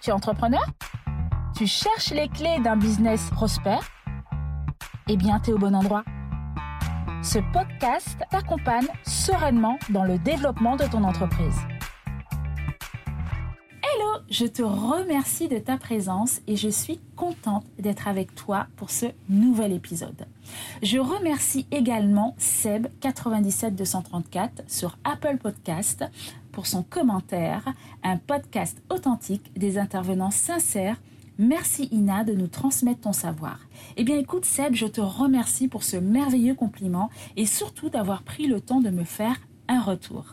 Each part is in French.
Tu es entrepreneur? Tu cherches les clés d'un business prospère? Eh bien, tu es au bon endroit. Ce podcast t'accompagne sereinement dans le développement de ton entreprise. Hello, je te remercie de ta présence et je suis contente d'être avec toi pour ce nouvel épisode. Je remercie également Seb 97234 sur Apple Podcast pour son commentaire, un podcast authentique des intervenants sincères. Merci Ina de nous transmettre ton savoir. Eh bien écoute Seb, je te remercie pour ce merveilleux compliment et surtout d'avoir pris le temps de me faire un retour.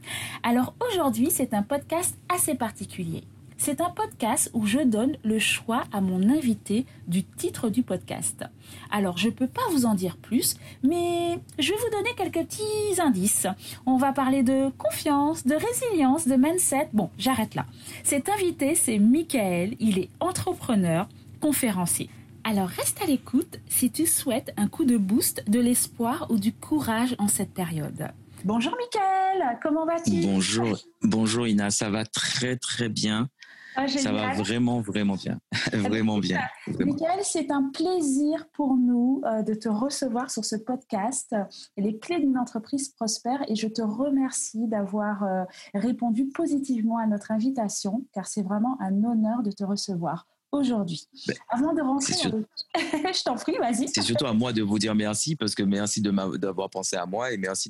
Alors aujourd'hui, c'est un podcast assez particulier. C'est un podcast où je donne le choix à mon invité du titre du podcast. Alors, je ne peux pas vous en dire plus, mais je vais vous donner quelques petits indices. On va parler de confiance, de résilience, de mindset. Bon, j'arrête là. Cet invité, c'est Michael. Il est entrepreneur, conférencier. Alors, reste à l'écoute si tu souhaites un coup de boost, de l'espoir ou du courage en cette période. Bonjour Michael, comment vas-tu? Bonjour Ina, ça va très très bien. Ça va vraiment bien, vraiment bien. Michael, c'est un plaisir pour nous de te recevoir sur ce podcast, les clés d'une entreprise prospère, et je te remercie d'avoir répondu positivement à notre invitation, car c'est vraiment un honneur de te recevoir aujourd'hui. Avant de rentrer, je t'en prie, vas-y. C'est surtout à moi de vous dire merci, parce que merci d'avoir pensé à moi et merci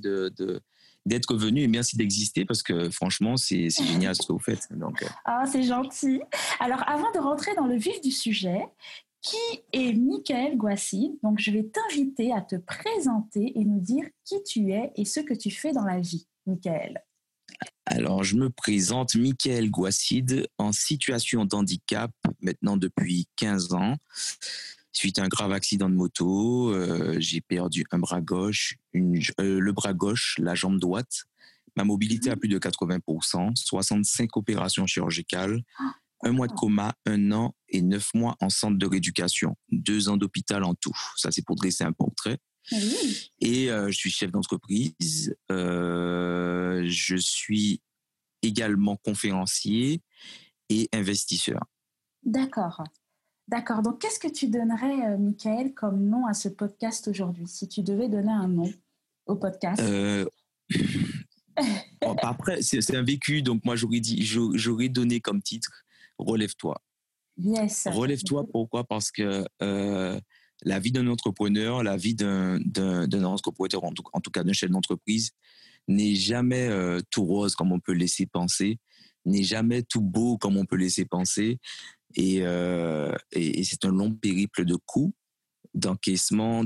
d'être venu et merci d'exister parce que franchement, c'est génial ce que vous faites. Donc, Ah, c'est gentil. Alors, avant de rentrer dans le vif du sujet, qui est Michael Gouassid? Donc, je vais t'inviter à te présenter et nous dire qui tu es et ce que tu fais dans la vie, Michael. Alors, je me présente Michael Gouassid en situation d'handicap maintenant depuis 15 ans. Suite à un grave accident de moto, j'ai perdu un bras gauche, le bras gauche, la jambe droite, ma mobilité à plus de 80%, 65 opérations chirurgicales, 1 mois de coma, 1 an et 9 mois en centre de rééducation, 2 ans d'hôpital en tout. Ça, c'est pour dresser un portrait. Oui. Et je suis chef d'entreprise. Je suis également conférencier et investisseur. D'accord. Donc qu'est-ce que tu donnerais, Michael, comme nom à ce podcast aujourd'hui, si tu devais donner un nom au podcast? Après, c'est un vécu, donc moi j'aurais donné comme titre « Relève-toi ». Yes. Relève-toi, pourquoi? Parce que la vie d'un entrepreneur, la vie d'un entrepreneur, en tout cas d'un chef d'entreprise, n'est jamais tout rose comme on peut laisser penser, n'est jamais tout beau comme on peut laisser penser. Et c'est un long périple de coups, d'encaissement,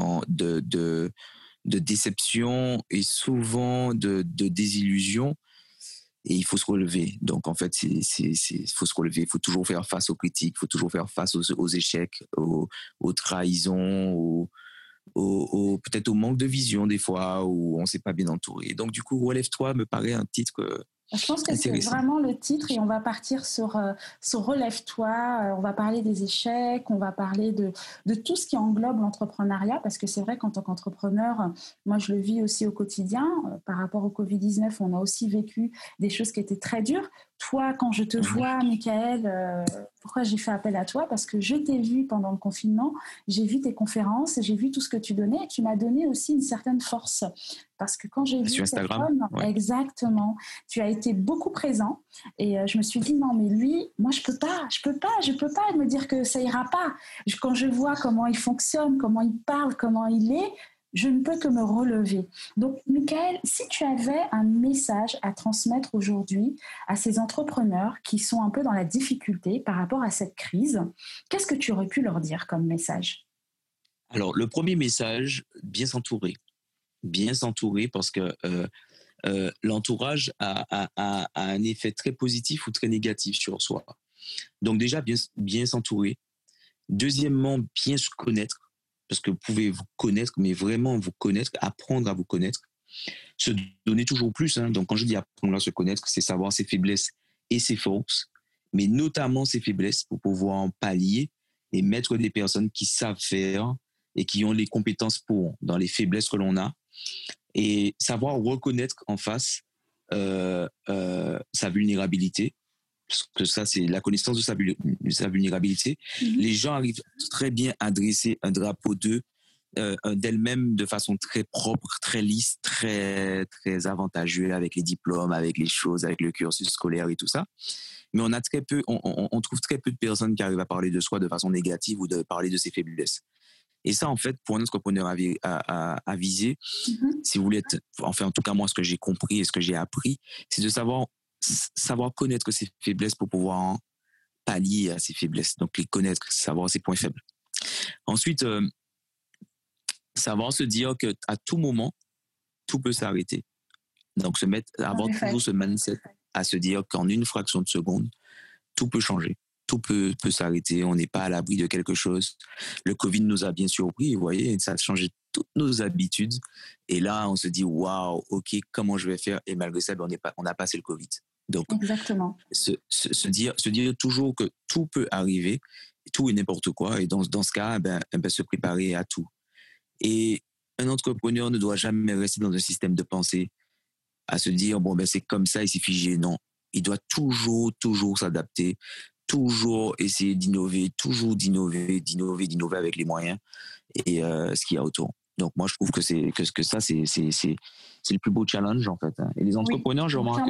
de déception et souvent de désillusion. Et il faut se relever. Donc, en fait, il faut se relever. Il faut toujours faire face aux critiques. Il faut toujours faire face aux échecs, aux trahisons, peut-être au manque de vision des fois, où on ne s'est pas bien entouré. Donc, du coup, Relève-toi me paraît un titre je pense que c'est vraiment le titre et on va partir sur Relève-toi, on va parler des échecs, on va parler de tout ce qui englobe l'entrepreneuriat parce que c'est vrai qu'en tant qu'entrepreneur, moi je le vis aussi au quotidien. Par rapport au Covid-19, on a aussi vécu des choses qui étaient très dures. Toi, quand je te vois, Michael, pourquoi j'ai fait appel à toi? Parce que je t'ai vu pendant le confinement, j'ai vu tes conférences, j'ai vu tout ce que tu donnais et tu m'as donné aussi une certaine force. Parce que quand j'ai vu sur Instagram, exactement, tu as été beaucoup présent et je me suis dit non mais lui, moi je peux pas me dire que ça ira pas. Quand je vois comment il fonctionne, comment il parle, comment il est, je ne peux que me relever. Donc, Michael, si tu avais un message à transmettre aujourd'hui à ces entrepreneurs qui sont un peu dans la difficulté par rapport à cette crise, qu'est-ce que tu aurais pu leur dire comme message? Alors, le premier message, bien s'entourer. Bien s'entourer parce que l'entourage a un effet très positif ou très négatif sur soi. Donc déjà, bien s'entourer. Deuxièmement, bien se connaître. Parce que vous pouvez vous connaître, mais vraiment vous connaître, apprendre à vous connaître, se donner toujours plus. Donc, quand je dis apprendre à se connaître, c'est savoir ses faiblesses et ses forces, mais notamment ses faiblesses pour pouvoir en pallier et mettre des personnes qui savent faire et qui ont les compétences pour, dans les faiblesses que l'on a, et savoir reconnaître en face sa vulnérabilité, que ça, c'est la connaissance de sa vulnérabilité. Les gens arrivent très bien à dresser un drapeau d'elles-mêmes de façon très propre, très lisse, très, très avantageux avec les diplômes, avec les choses, avec le cursus scolaire et tout ça. Mais on trouve très peu de personnes qui arrivent à parler de soi de façon négative ou de parler de ses faiblesses. Et ça, en fait, pour un entrepreneur à viser, si vous voulez être, enfin, en tout cas, moi, ce que j'ai compris et ce que j'ai appris, c'est de savoir connaître ses faiblesses pour pouvoir pallier à ses faiblesses. Donc, les connaître, savoir ses points faibles. Ensuite, savoir se dire qu'à tout moment, tout peut s'arrêter. Donc, avoir toujours ce mindset à se dire qu'en une fraction de seconde, tout peut changer. Tout peut s'arrêter. On n'est pas à l'abri de quelque chose. Le Covid nous a bien surpris, vous voyez, ça a changé toutes nos habitudes. Et là, on se dit, waouh, ok, comment je vais faire? Et malgré ça, on a passé le Covid. Donc, exactement. Se dire toujours que tout peut arriver, tout et n'importe quoi. Et dans ce cas, se préparer à tout. Et un entrepreneur ne doit jamais rester dans un système de pensée à se dire, c'est comme ça et c'est figé. Non, il doit toujours s'adapter, toujours essayer d'innover, toujours d'innover avec les moyens et ce qu'il y a autour. Donc moi, je trouve que c'est le plus beau challenge en fait. Et les entrepreneurs, je remarque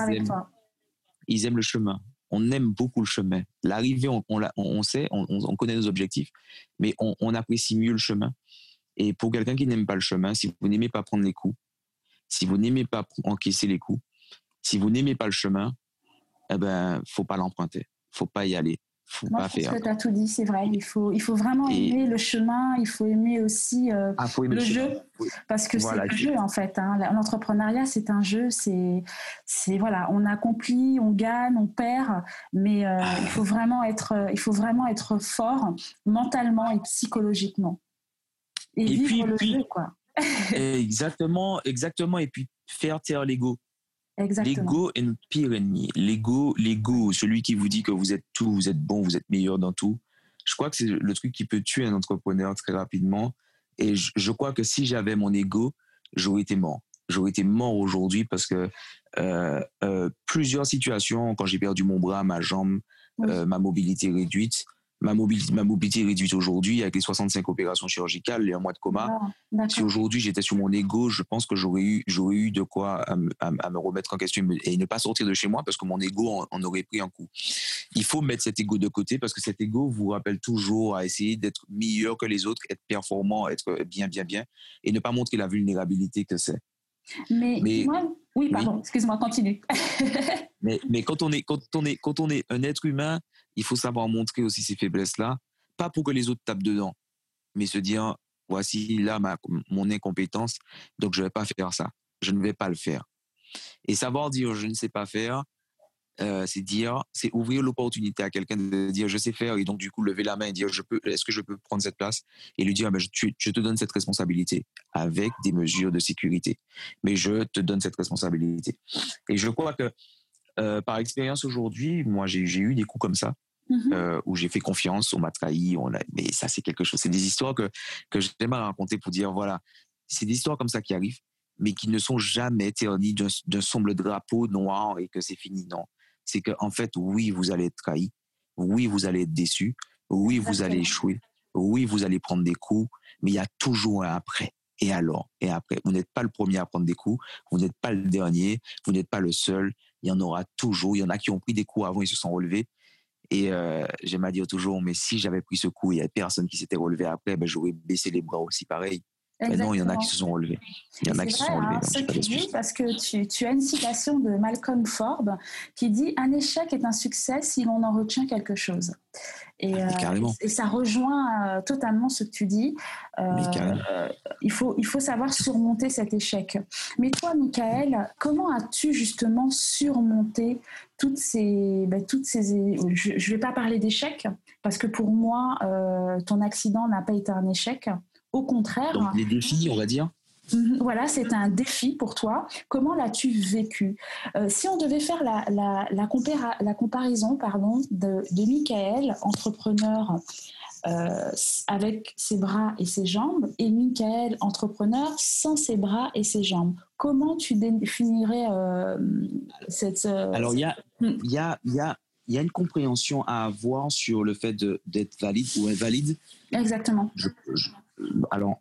ils aiment le chemin. On aime beaucoup le chemin. L'arrivée, on sait, on connaît nos objectifs, mais on apprécie mieux le chemin. Et pour quelqu'un qui n'aime pas le chemin, si vous n'aimez pas prendre les coups, si vous n'aimez pas encaisser les coups, si vous n'aimez pas le chemin, faut pas l'emprunter, faut pas y aller, faut pas faire. Je pense que tu as tout dit, c'est vrai. Il faut vraiment aimer le chemin, il faut aimer aussi le jeu, parce que c'est un jeu en fait. L'entrepreneuriat, c'est un jeu, c'est voilà, on accomplit, on gagne, on perd, mais il faut vraiment être fort mentalement et psychologiquement. Et vivre le jeu, quoi. Exactement. Et puis faire taire l'ego. Exactement. L'ego est notre pire ennemi. L'ego, celui qui vous dit que vous êtes tout, vous êtes bon, vous êtes meilleur dans tout. Je crois que c'est le truc qui peut tuer un entrepreneur très rapidement. Et je crois que si j'avais mon ego, j'aurais été mort. J'aurais été mort aujourd'hui parce que plusieurs situations, quand j'ai perdu mon bras, ma jambe, ma mobilité réduite, ma mobilité réduite aujourd'hui avec les 65 opérations chirurgicales, les 1 mois de coma. Si aujourd'hui j'étais sur mon ego, je pense que j'aurais eu de quoi à me remettre en question et ne pas sortir de chez moi parce que mon ego en aurait pris un coup. Il faut mettre cet ego de côté parce que cet ego vous rappelle toujours à essayer d'être meilleur que les autres, être performant, être bien et ne pas montrer la vulnérabilité que c'est. Mais oui, pardon, excuse-moi, continue. mais quand on est un être humain, il faut savoir montrer aussi ces faiblesses-là, pas pour que les autres tapent dedans, mais se dire, voici là mon incompétence, donc je ne vais pas faire ça, je ne vais pas le faire. Et savoir dire je ne sais pas faire, c'est ouvrir l'opportunité à quelqu'un de dire je sais faire et donc du coup lever la main et dire est-ce que je peux prendre cette place et lui dire je te donne cette responsabilité avec des mesures de sécurité, mais je te donne cette responsabilité. Et je crois que par expérience aujourd'hui, moi j'ai eu des coups comme ça. Où j'ai fait confiance, on m'a trahi, mais ça c'est quelque chose, c'est des histoires que j'aime raconter pour dire voilà, c'est des histoires comme ça qui arrivent, mais qui ne sont jamais ternies d'un sombre drapeau noir et que c'est fini. Non, c'est que en fait oui vous allez être trahi, oui vous allez être déçu, oui vous allez échouer, oui vous allez prendre des coups, mais il y a toujours un après. Et alors, et après, vous n'êtes pas le premier à prendre des coups, vous n'êtes pas le dernier, vous n'êtes pas le seul, il y en aura toujours, il y en a qui ont pris des coups avant, ils se sont relevés. Et j'aime à dire toujours, mais si j'avais pris ce coup et il n'y avait personne qui s'était relevé après, j'aurais baissé les bras aussi pareil. Mais non, il y en a qui se sont relevés. Il y en a qui se sont relevés. Ce que tu dis, parce que tu as une citation de Malcolm Forbes qui dit « Un échec est un succès si l'on en retient quelque chose ». Et ça rejoint totalement ce que tu dis. Il faut savoir surmonter cet échec. Mais toi, Michael, comment as-tu justement surmonté toutes ces je vais pas parler d'échec, parce que pour moi, ton accident n'a pas été un échec. Au contraire. Donc, les défis, on va dire. Voilà, c'est un défi pour toi. Comment l'as-tu vécu ? Si on devait faire la comparaison de Michael, entrepreneur avec ses bras et ses jambes, et Michael, entrepreneur sans ses bras et ses jambes, comment tu définirais cette... Alors, il y a y a une compréhension à avoir sur le fait d'être valide ou invalide. Exactement. Alors,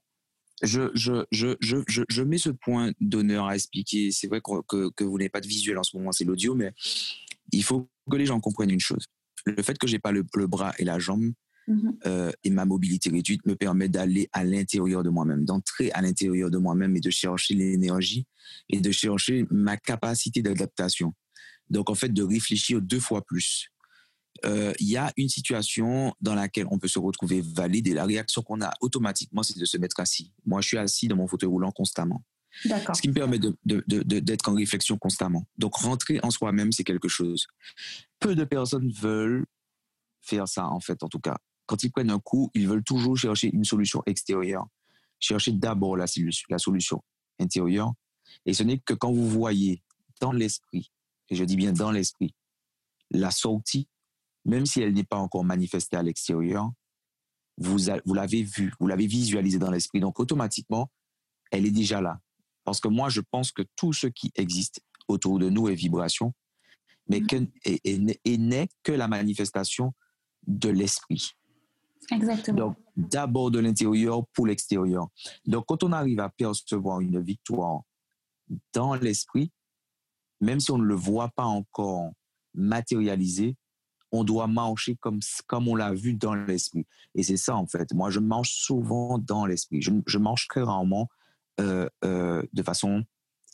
je mets ce point d'honneur à expliquer. C'est vrai que vous n'avez pas de visuel en ce moment, c'est l'audio, mais il faut que les gens comprennent une chose. Le fait que j'ai pas le bras et la jambe et ma mobilité réduite me permet d'aller à l'intérieur de moi-même, d'entrer à l'intérieur de moi-même et de chercher l'énergie et de chercher ma capacité d'adaptation. Donc, en fait, de réfléchir 2 fois plus. Il y a une situation dans laquelle on peut se retrouver valide et la réaction qu'on a automatiquement, c'est de se mettre assis. Moi, je suis assis dans mon fauteuil roulant constamment. D'accord. Ce qui me permet d'être en réflexion constamment. Donc, rentrer en soi-même, c'est quelque chose. Peu de personnes veulent faire ça, en fait, en tout cas. Quand ils prennent un coup, ils veulent toujours chercher une solution extérieure. Chercher d'abord la solution intérieure. Et ce n'est que quand vous voyez dans l'esprit, et je dis bien dans l'esprit, la sortie, même si elle n'est pas encore manifestée à l'extérieur, vous l'avez vue, vous l'avez visualisée dans l'esprit. Donc, automatiquement, elle est déjà là. Parce que moi, je pense que tout ce qui existe autour de nous est vibration, mais n'est que la manifestation de l'esprit. Exactement. Donc, d'abord de l'intérieur pour l'extérieur. Donc, quand on arrive à percevoir une victoire dans l'esprit, même si on ne le voit pas encore matérialisé, on doit marcher comme on l'a vu dans l'esprit. Et c'est ça, en fait. Moi, je marche souvent dans l'esprit. Je marche très rarement de façon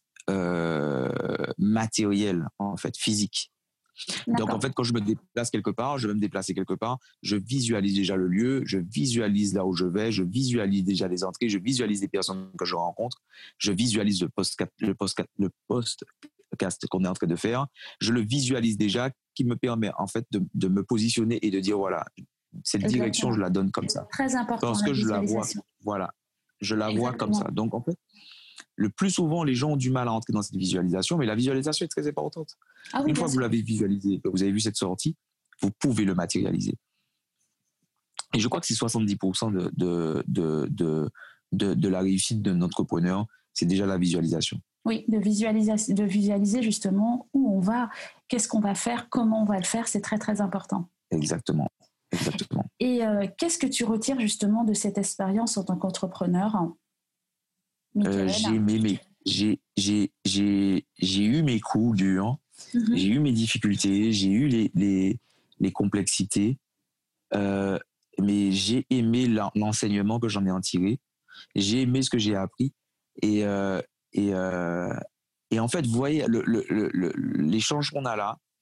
matérielle, en fait, physique. Donc, en fait, quand je me déplace quelque part, je vais me déplacer quelque part, je visualise déjà le lieu, je visualise là où je vais, je visualise déjà les entrées, je visualise les personnes que je rencontre, je visualise le podcast qu'on est en train de faire, je le visualise déjà, qui me permet en fait de me positionner et de dire voilà, cette direction, je la donne comme ça. Très important. Parce que je la vois, voilà, je la vois comme ça. Donc, en fait, le plus souvent, les gens ont du mal à entrer dans cette visualisation, mais la visualisation est très importante. Ah oui, une fois que vous l'avez visualisé, que vous avez vu cette sortie, vous pouvez le matérialiser. Et je crois que c'est 70% de la réussite d'un entrepreneur, c'est déjà la visualisation. Oui, de visualiser justement où on va, qu'est-ce qu'on va faire, comment on va le faire, c'est très très important. Exactement. Exactement. Et qu'est-ce que tu retires justement de cette expérience en tant qu'entrepreneur? J'ai eu mes coups durs, j'ai eu mes difficultés, j'ai eu les complexités, mais j'ai aimé l'enseignement que j'en ai en tiré, j'ai aimé ce que j'ai appris et en fait, vous voyez, l'échange qu'on a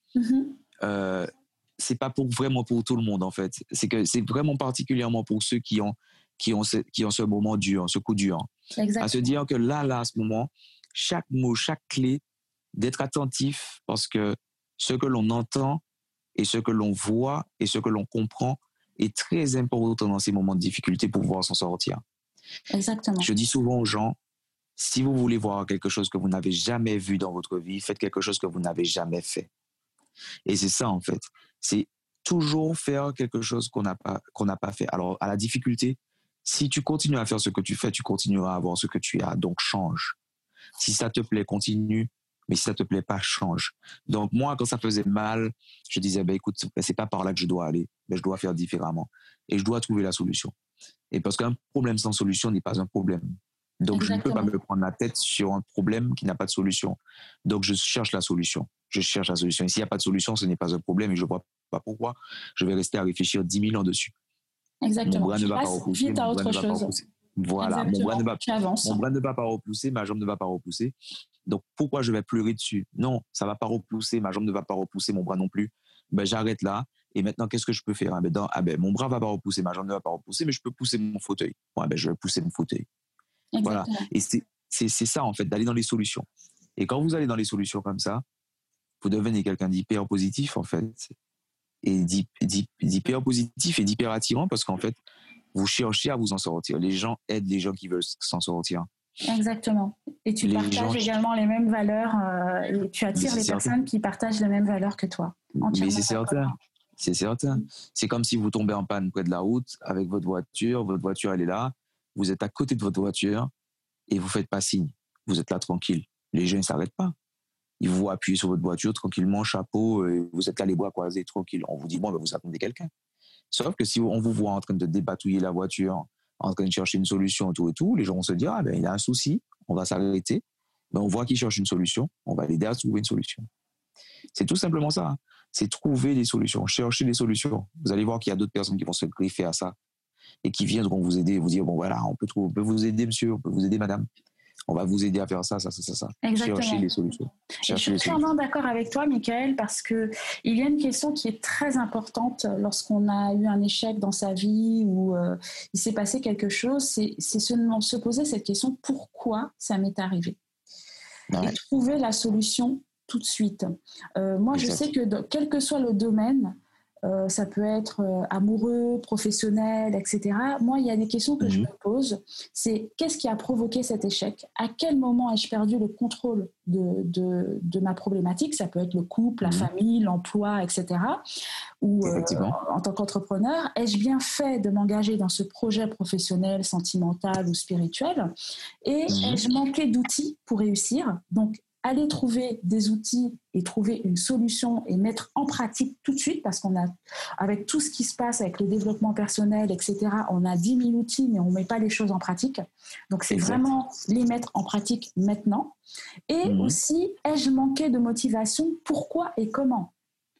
là, c'est pas vraiment pour tout le monde en fait. C'est que c'est vraiment particulièrement pour ceux qui ont ce moment dur, ce coup dur. Exactement. À se dire que là, à ce moment, chaque mot, chaque clé, d'être attentif parce que ce que l'on entend et ce que l'on voit et ce que l'on comprend est très important dans ces moments de difficulté pour pouvoir s'en sortir. Exactement. Je dis souvent aux gens, si vous voulez voir quelque chose que vous n'avez jamais vu dans votre vie, faites quelque chose que vous n'avez jamais fait. Et c'est ça, en fait. C'est toujours faire quelque chose qu'on n'a pas fait. Alors, à la difficulté, si tu continues à faire ce que tu fais, tu continueras à avoir ce que tu as. Donc, change. Si ça te plaît, continue. Mais si ça te plaît pas, change. Donc, moi, quand ça faisait mal, je disais, écoute, c'est pas par là que je dois aller. Mais je dois faire différemment. Et je dois trouver la solution. Et parce qu'un problème sans solution n'est pas un problème. Donc, Exactement. Je ne peux pas me prendre la tête sur un problème qui n'a pas de solution. Donc, je cherche la solution. Et s'il n'y a pas de solution, ce n'est pas un problème et je ne vois pas pourquoi je vais rester à réfléchir 10 000 ans dessus. Exactement. Mon bras ne va pas repousser. Vite à autre chose. Voilà. Mon bras ne va pas repousser, ma jambe ne va pas repousser. Donc, pourquoi je vais pleurer dessus? Non, ça ne va pas repousser, ma jambe ne va pas repousser, mon bras non plus. J'arrête là. Et maintenant, qu'est-ce que je peux faire? Mon bras ne va pas repousser, ma jambe ne va pas repousser, mais je peux pousser mon fauteuil. Je vais pousser mon fauteuil. Exactement. Voilà. Et c'est ça, en fait, d'aller dans les solutions. Et quand vous allez dans les solutions comme ça, vous devenez quelqu'un d'hyper positif, en fait. Et d'hyper positif et d'hyper attirant parce qu'en fait, vous cherchez à vous en sortir. Les gens aident les gens qui veulent s'en sortir. Exactement. Et tu partages également les mêmes valeurs et tu attires les personnes qui partagent les mêmes valeurs que toi. Mais c'est certain. C'est certain. C'est comme si vous tombez en panne près de la route avec votre voiture elle est là, vous êtes à côté de votre voiture et vous faites pas signe. Vous êtes là tranquille. Les gens ne s'arrêtent pas. Ils vous voient appuyer sur votre voiture tranquillement, chapeau, et vous êtes là les bras croisés, tranquille. On vous dit, bon, ben, vous attendez quelqu'un. Sauf que si on vous voit en train de dépatouiller la voiture, en train de chercher une solution et tout, les gens vont se dire, ah ben, il a un souci, on va s'arrêter. Ben, on voit qu'il cherche une solution, on va l'aider à trouver une solution. C'est tout simplement ça. Hein. C'est trouver des solutions, chercher des solutions. Vous allez voir qu'il y a d'autres personnes qui vont se greffer à ça et qui viendront vous aider, vous dire, bon voilà, on peut vous aider monsieur, on peut vous aider madame. On va vous aider à faire ça. Exactement. Chercher les solutions. Je suis entièrement d'accord avec toi, Michael, parce qu'il y a une question qui est très importante lorsqu'on a eu un échec dans sa vie ou il s'est passé quelque chose, c'est se poser cette question, pourquoi ça m'est arrivé ? Ouais. Et trouver la solution tout de suite. Moi, je sais que quel que soit le domaine, ça peut être amoureux, professionnel, etc. Moi, il y a des questions que je me pose. C'est qu'est-ce qui a provoqué cet échec ? À quel moment ai-je perdu le contrôle de ma problématique ? Ça peut être le couple, la famille, l'emploi, etc. Ou en tant qu'entrepreneur, ai-je bien fait de m'engager dans ce projet professionnel, sentimental ou spirituel ? Et ai-je manqué d'outils pour réussir ? Donc, aller trouver des outils et trouver une solution et mettre en pratique tout de suite, parce qu'on a, avec tout ce qui se passe avec le développement personnel, etc., on a 10 000 outils, mais on ne met pas les choses en pratique. Donc, c'est vraiment les mettre en pratique maintenant. Et aussi, ai-je manqué de motivation ? Pourquoi et comment ?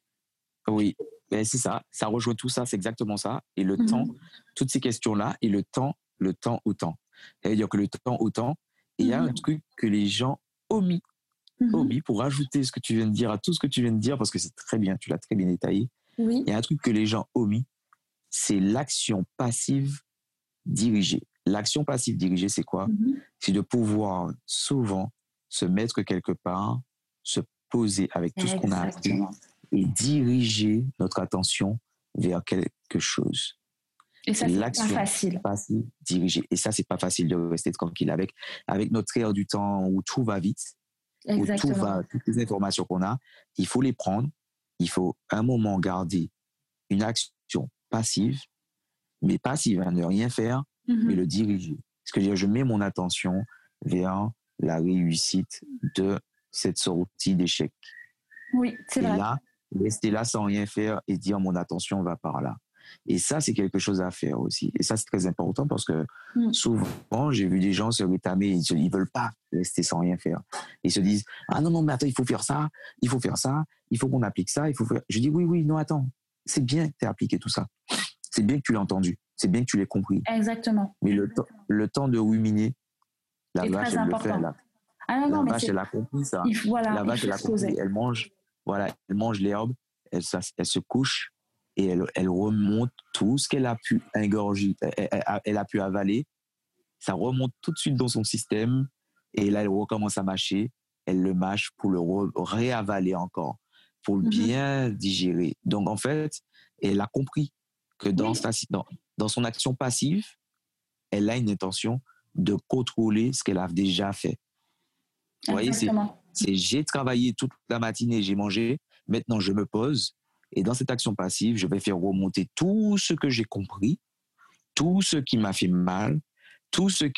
Oui, ben c'est ça. Ça rejoint tout ça, c'est exactement ça. Et le temps, toutes ces questions-là, et le temps autant. C'est-à-dire que le temps autant, il y a un truc que les gens omis pour ajouter ce que tu viens de dire à tout ce que tu viens de dire, parce que c'est très bien, tu l'as très bien détaillé. Oui. Il y a un truc que les gens omis, c'est l'action passive dirigée. L'action passive dirigée, c'est quoi ? C'est de pouvoir souvent se mettre quelque part, se poser avec tout ce qu'on a appris et diriger notre attention vers quelque chose. Et ça, c'est pas facile. Passive dirigée. Et ça, c'est pas facile de rester tranquille avec notre ère du temps où tout va vite. Exactement. Toutes les informations qu'on a, il faut les prendre. Il faut un moment garder une action passive, mais passive, ne rien faire, mais le diriger. C'est-à-dire, je mets mon attention vers la réussite de cette sortie d'échec. Oui, c'est vrai. Et là, rester là sans rien faire et dire mon attention va par là. Et ça, c'est quelque chose à faire aussi. Et ça, c'est très important parce que souvent, j'ai vu des gens se rétamer, ils ne veulent pas rester sans rien faire. Ils se disent, ah non, mais attends, il faut faire ça, il faut qu'on applique ça, il faut faire... Je dis, oui, non, attends, c'est bien que tu aies appliqué tout ça. C'est bien que tu l'aies entendu, c'est bien que tu l'aies compris. Exactement. Mais le temps de ruminer, la vache, elle le fait. La vache, elle a compris ça. La vache, elle a compris, elle mange l'herbe, elle se couche, et elle remonte tout ce qu'elle a pu ingorger, elle a pu avaler, ça remonte tout de suite dans son système, et là, elle recommence à mâcher, elle le mâche pour le réavaler encore, pour bien digérer. Donc, en fait, elle a compris que dans son action passive, elle a une intention de contrôler ce qu'elle a déjà fait. Vous voyez, c'est j'ai travaillé toute la matinée, j'ai mangé, maintenant je me pose, et dans cette action passive, je vais faire remonter tout ce que j'ai compris, tout ce qui m'a fait mal, tout ce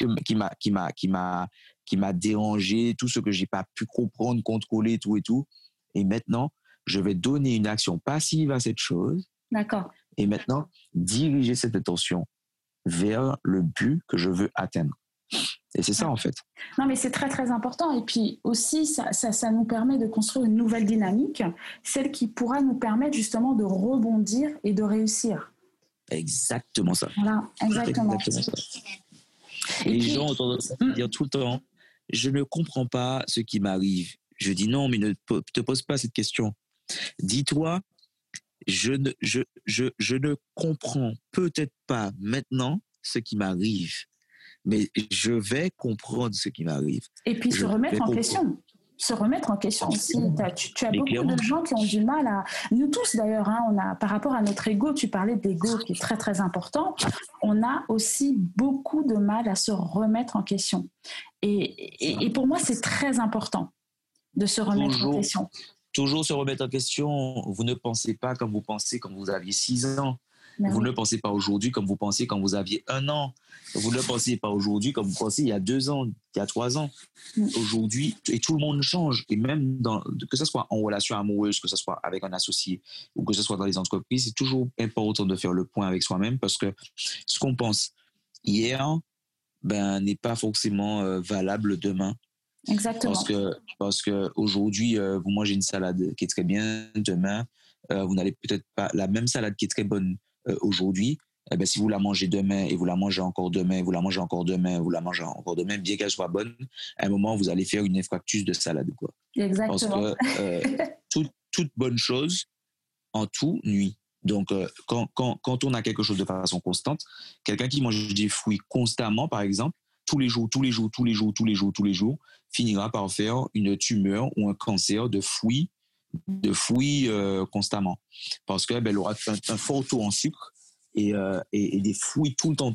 qui m'a dérangé, tout ce que j'ai pas pu comprendre, contrôler, tout et tout. Et maintenant, je vais donner une action passive à cette chose. D'accord. Et maintenant, diriger cette attention vers le but que je veux atteindre. Et c'est ça, en fait. Non, mais c'est très, très important. Et puis aussi, ça nous permet de construire une nouvelle dynamique, celle qui pourra nous permettre justement de rebondir et de réussir. Exactement ça. Voilà, exactement ça. Et les gens ont tendance à dire tout le temps, je ne comprends pas ce qui m'arrive. Je dis non, mais ne te pose pas cette question. Dis-toi, je ne comprends peut-être pas maintenant ce qui m'arrive, mais je vais comprendre ce qui m'arrive. Et puis se remettre en question. Se remettre en question aussi. Tu as beaucoup de gens qui ont du mal à... Nous tous d'ailleurs, on a, par rapport à notre ego, tu parlais d'ego qui est très très important, on a aussi beaucoup de mal à se remettre en question. Et pour moi, c'est très important de se remettre en question. Toujours se remettre en question. Vous ne pensez pas comme vous pensez quand vous aviez 6 ans. Ben Vous oui. ne pensez pas aujourd'hui comme vous pensiez quand vous aviez 1 an. Vous ne pensez pas aujourd'hui comme vous pensiez il y a 2 ans, il y a 3 ans. Aujourd'hui, et tout le monde change. Et même que ce soit en relation amoureuse, que ce soit avec un associé ou que ce soit dans les entreprises, c'est toujours important de faire le point avec soi-même parce que ce qu'on pense hier n'est pas forcément valable demain. Exactement. Parce que aujourd'hui, vous mangez une salade qui est très bien, demain, vous n'allez peut-être pas la même salade qui est très bonne aujourd'hui. Eh ben, si vous la mangez demain et vous la mangez encore demain, vous la mangez encore demain, vous la mangez encore demain, bien qu'elle soit bonne, à un moment, vous allez faire une infractus de salade, quoi. Parce Exactement. que toute bonne chose en tout nuit. Donc, quand on a quelque chose de façon constante, quelqu'un qui mange des fruits constamment, par exemple, tous les jours, finira par faire une tumeur ou un cancer de fruits constamment. Parce que elle aura un fort taux en sucre et des fruits tout le temps,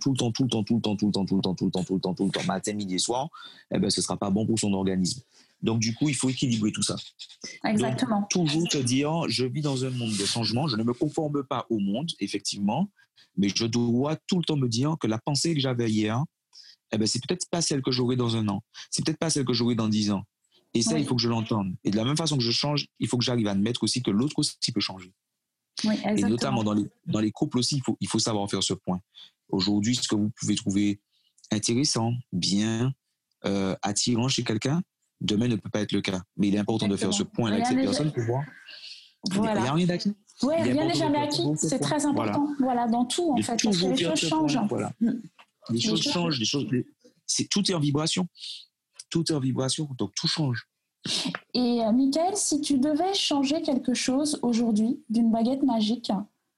matin, midi et soir, ce sera pas bon pour son organisme. Donc, du coup, il faut équilibrer tout ça. Exactement. Donc, toujours te dire, je vis dans un monde de changement, je ne me conforme pas au monde, effectivement, mais je dois tout le temps me dire que la pensée que j'avais hier, c'est peut-être pas celle que j'aurai dans 1 an, c'est peut-être pas celle que j'aurai dans 10 ans. Et ça, il faut que je l'entende. Et de la même façon que je change, il faut que j'arrive à admettre aussi que l'autre aussi peut changer. Oui, exactement. Et notamment dans les couples aussi, il faut savoir faire ce point. Aujourd'hui, ce que vous pouvez trouver intéressant, bien, attirant chez quelqu'un, demain ne peut pas être le cas. Mais il est important de faire ce point avec cette personne pour voir. Voilà. Il n'y a rien d'acquis. Oui, rien n'est jamais acquis. C'est très important. Voilà, dans tout, en fait. Parce que les choses changent. Voilà. Les choses changent. Tout est en vibration. Tout est en vibration, donc tout change. Et Michael, si tu devais changer quelque chose aujourd'hui d'une baguette magique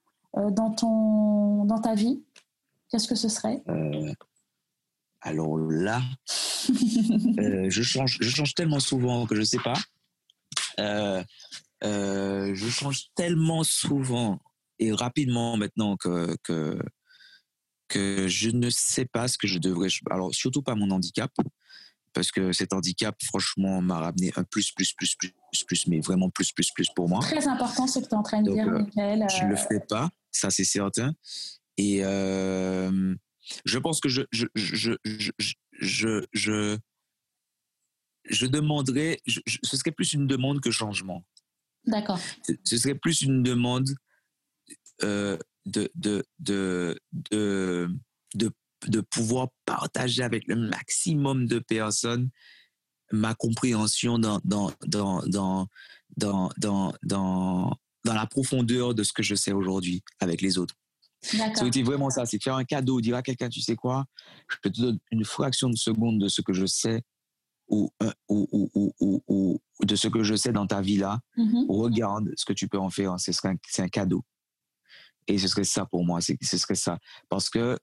dans ta vie, qu'est-ce que ce serait? Alors là, je change tellement souvent que je ne sais pas. Je change tellement souvent et rapidement maintenant que je ne sais pas ce que je devrais. Alors, surtout pas mon handicap, parce que cet handicap, franchement, m'a ramené un plus, mais vraiment plus pour moi. Très important ce que tu es en train de dire, Michael. Je ne le ferai pas, ça c'est certain. Et je pense que je demanderais, ce serait plus une demande que changement. D'accord. Ce serait plus une demande de pouvoir partager avec le maximum de personnes ma compréhension dans la profondeur de ce que je sais aujourd'hui avec les autres. C'est vraiment ça, c'est faire un cadeau, dire à quelqu'un, tu sais quoi, je te donne une fraction de seconde de ce que je sais ou de ce que je sais dans ta vie là, regarde ce que tu peux en faire, c'est un cadeau. Et ce serait ça pour moi, ce serait ça. Parce que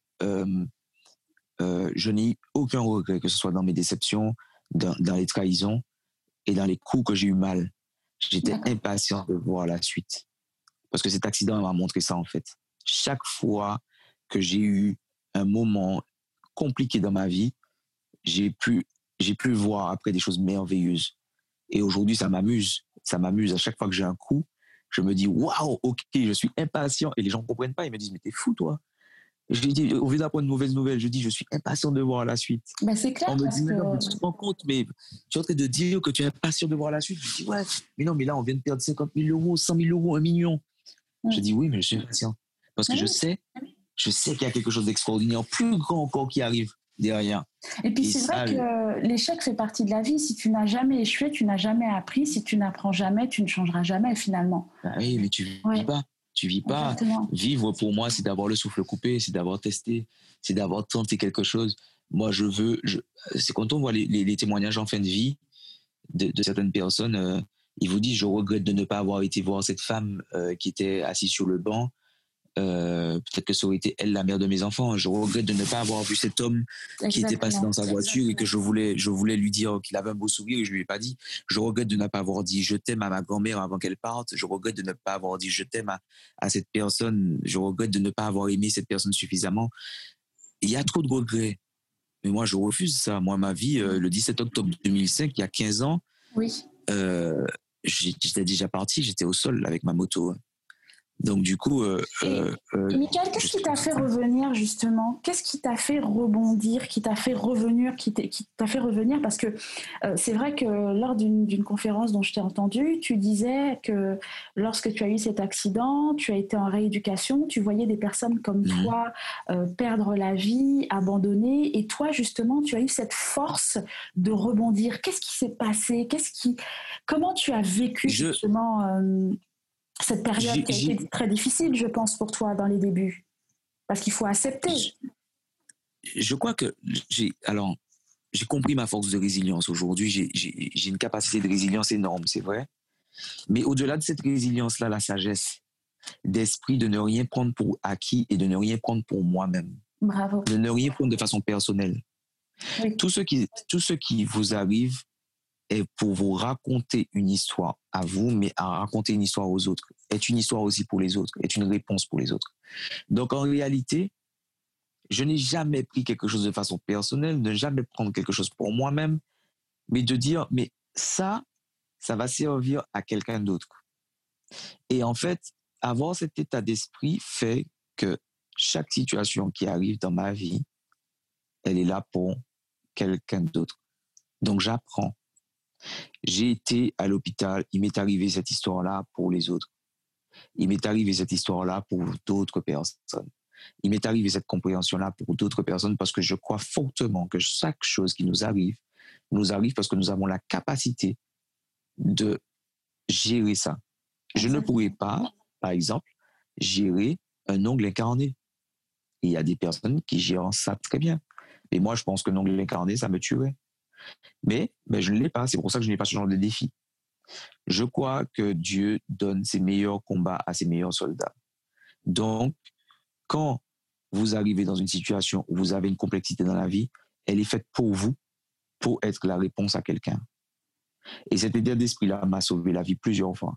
je n'ai aucun regret, que ce soit dans mes déceptions, dans les trahisons et dans les coups que j'ai eu mal. J'étais impatient de voir la suite. Parce que cet accident m'a montré ça en fait. Chaque fois que j'ai eu un moment compliqué dans ma vie, j'ai pu voir après des choses merveilleuses. Et aujourd'hui, ça m'amuse. Ça m'amuse. À chaque fois que j'ai un coup, je me dis, waouh, ok, je suis impatient. Et les gens ne comprennent pas. Ils me disent, mais t'es fou, toi. Je dis, au lieu d'apprendre une mauvaise nouvelle, je dis, je suis impatient de voir la suite. C'est clair. On me dit, mais non, mais tu te rends compte, mais tu es en train de dire que tu es impatient de voir la suite. Je dis, ouais, mais non, mais là, on vient de perdre 50 000 euros, 100 000 euros, 1 million. Je dis, oui, mais je suis impatient. Parce que je sais qu'il y a quelque chose d'extraordinaire, plus grand encore qui arrive derrière. Et puis c'est vrai que l'échec fait partie de la vie. Si tu n'as jamais échoué, tu n'as jamais appris. Si tu n'apprends jamais, tu ne changeras jamais finalement. Oui, mais tu vis pas. Tu vis pas. Exactement. Vivre pour moi, c'est d'avoir le souffle coupé, c'est d'avoir testé, c'est d'avoir tenté quelque chose. Moi, c'est quand on voit les témoignages en fin de vie de certaines personnes, ils vous disent, je regrette de ne pas avoir été voir cette femme qui était assise sur le banc. Peut-être que ça aurait été elle la mère de mes enfants. Je regrette de ne pas avoir vu cet homme qui était passé dans sa voiture et que je voulais lui dire qu'il avait un beau sourire et je lui ai pas dit. Je regrette de ne pas avoir dit je t'aime à ma grand-mère avant qu'elle parte. Je regrette de ne pas avoir dit je t'aime à cette personne. Je regrette de ne pas avoir aimé cette personne suffisamment. Il y a trop de regrets. Mais moi, je refuse ça. Moi, ma vie, le 17 octobre 2005, il y a 15 ans, j'étais déjà parti, j'étais au sol avec ma moto. Donc, du coup, Michael, qu'est-ce qui t'a fait revenir justement? Qu'est-ce qui t'a fait rebondir, qui t'a fait revenir, qui t'a fait revenir? Parce que c'est vrai que lors d'une conférence dont je t'ai entendu, tu disais que lorsque tu as eu cet accident, tu as été en rééducation, tu voyais des personnes comme toi perdre la vie, abandonner, et toi justement, tu as eu cette force de rebondir. Qu'est-ce qui s'est passé? Comment tu as vécu justement cette période qui a été très difficile, je pense, pour toi dans les débuts? Parce qu'il faut accepter. Je crois que j'ai compris ma force de résilience aujourd'hui. J'ai une capacité de résilience énorme, c'est vrai. Mais au-delà de cette résilience-là, la sagesse d'esprit de ne rien prendre pour acquis et de ne rien prendre pour moi-même. Bravo. De ne rien prendre de façon personnelle. Oui. Tout ce qui vous arrive est pour vous raconter une histoire à vous, mais à raconter une histoire aux autres, est une histoire aussi pour les autres, est une réponse pour les autres. Donc en réalité, je n'ai jamais pris quelque chose de façon personnelle, ne jamais prendre quelque chose pour moi-même, mais de dire, mais ça va servir à quelqu'un d'autre. Et en fait, avoir cet état d'esprit fait que chaque situation qui arrive dans ma vie, elle est là pour quelqu'un d'autre. Donc j'apprends. J'ai été à l'hôpital, il m'est arrivé cette histoire-là pour les autres. Il m'est arrivé cette histoire-là pour d'autres personnes. Il m'est arrivé cette compréhension-là pour d'autres personnes parce que je crois fortement que chaque chose qui nous arrive parce que nous avons la capacité de gérer ça. Je ne pourrais pas, par exemple, gérer un ongle incarné. Il y a des personnes qui gèrent ça très bien. Et moi, je pense qu'un ongle incarné, ça me tuerait. Mais je ne l'ai pas. C'est pour ça que je n'ai pas ce genre de défi. Je crois que Dieu donne ses meilleurs combats à ses meilleurs soldats. Donc, quand vous arrivez dans une situation où vous avez une complexité dans la vie, elle est faite pour vous, pour être la réponse à quelqu'un. Et cet état d'esprit-là m'a sauvé la vie plusieurs fois.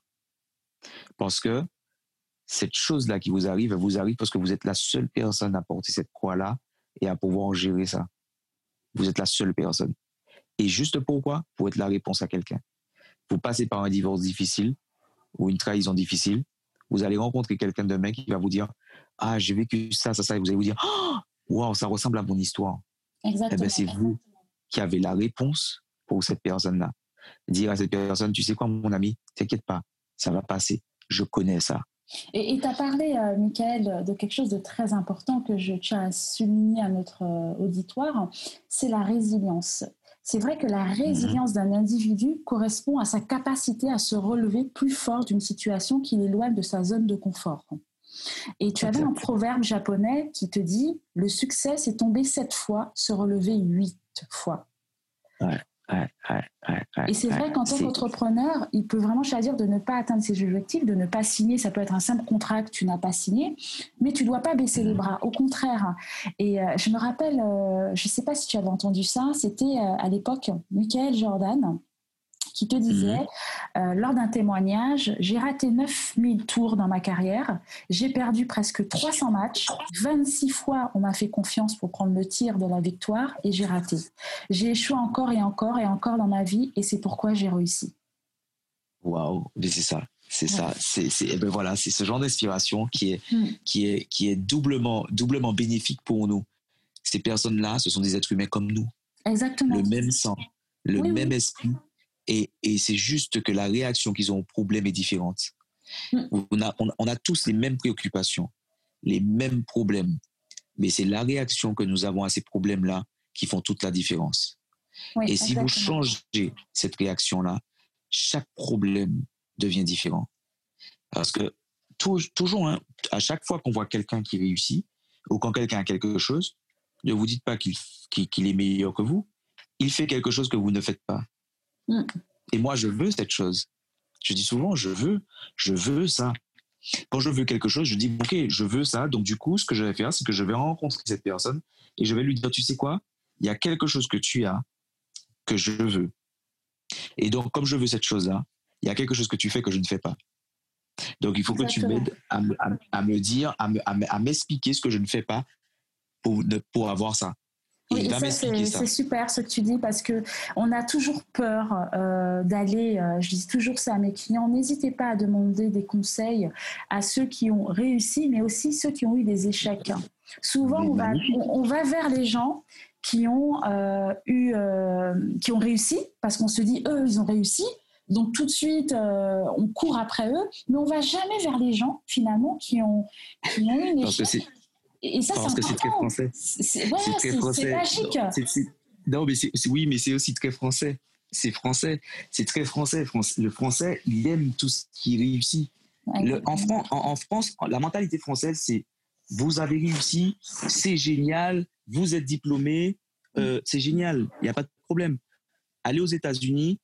Parce que cette chose-là qui vous arrive, elle vous arrive parce que vous êtes la seule personne à porter cette croix-là et à pouvoir gérer ça. Vous êtes la seule personne. Et juste pourquoi? Pour être la réponse à quelqu'un. Vous passez par un divorce difficile ou une trahison difficile, vous allez rencontrer quelqu'un demain qui va vous dire « Ah, j'ai vécu ça, ça, ça », et vous allez vous dire « Oh, wow, ça ressemble à mon histoire. » Exactement. Eh bien, c'est vous qui avez la réponse pour cette personne-là. Dire à cette personne « Tu sais quoi, mon ami, t'inquiète pas, ça va passer, je connais ça. » Et tu as parlé, Michael, de quelque chose de très important que je tiens à souligner à notre auditoire, c'est la résilience. C'est vrai que la résilience d'un individu correspond à sa capacité à se relever plus fort d'une situation qui l'éloigne de sa zone de confort. Et tu avais un proverbe japonais qui te dit « Le succès, c'est tomber 7 fois, se relever 8 fois ». Et c'est vrai qu'en tant qu'entrepreneur, il peut vraiment choisir de ne pas atteindre ses objectifs, de ne pas signer. Ça peut être un simple contrat que tu n'as pas signé, mais tu ne dois pas baisser les bras. Au contraire. Et je me rappelle, je ne sais pas si tu avais entendu ça, c'était à l'époque Michael Jordan qui te disait, lors d'un témoignage, j'ai raté 9000 tours dans ma carrière, j'ai perdu presque 300 matchs, 26 fois on m'a fait confiance pour prendre le tir de la victoire et j'ai raté. J'ai échoué encore et encore et encore dans ma vie et c'est pourquoi j'ai réussi. Waouh, mais c'est ça. C'est ça, ben voilà, c'est ce genre d'inspiration qui est doublement bénéfique pour nous. Ces personnes-là, ce sont des êtres humains comme nous. Exactement. Le même sang, le même esprit. Et c'est juste que la réaction qu'ils ont au problème est différente. On a tous les mêmes préoccupations, les mêmes problèmes, mais c'est la réaction que nous avons à ces problèmes-là qui font toute la différence. Oui, et si vous changez cette réaction-là, chaque problème devient différent. Parce que toujours, à chaque fois qu'on voit quelqu'un qui réussit, ou quand quelqu'un a quelque chose, ne vous dites pas qu'il est meilleur que vous. Il fait quelque chose que vous ne faites pas. Et moi, je veux cette chose. Je dis souvent, je veux ça. Quand je veux quelque chose, je dis, OK, je veux ça. Donc, du coup, ce que je vais faire, c'est que je vais rencontrer cette personne et je vais lui dire, tu sais quoi? Il y a quelque chose que tu as que je veux. Et donc, comme je veux cette chose-là, il y a quelque chose que tu fais que je ne fais pas. Donc, il faut que tu m'aides à me dire, à m'expliquer ce que je ne fais pas pour avoir ça. Et Oui, il et va ça, m'expliquer ça. c'est super ce que tu dis parce que on a toujours peur d'aller, je dis toujours ça à mes clients, n'hésitez pas à demander des conseils à ceux qui ont réussi, mais aussi ceux qui ont eu des échecs. Souvent, Mais magnifique. on va vers les gens qui ont réussi parce qu'on se dit, eux, ils ont réussi. Donc tout de suite, on court après eux, mais on va jamais vers les gens finalement qui ont eu un Parce que échec. c'est, Et ça, c'est parce que c'est très important. français. C'est Voilà, très c'est français. magique. Non, mais oui, mais c'est aussi très français. C'est français. C'est très français. Le français, il aime tout ce qui réussit. En France, la mentalité française, c'est vous avez réussi, c'est génial, vous êtes diplômé, c'est génial, il n'y a pas de problème. Allez aux États-Unis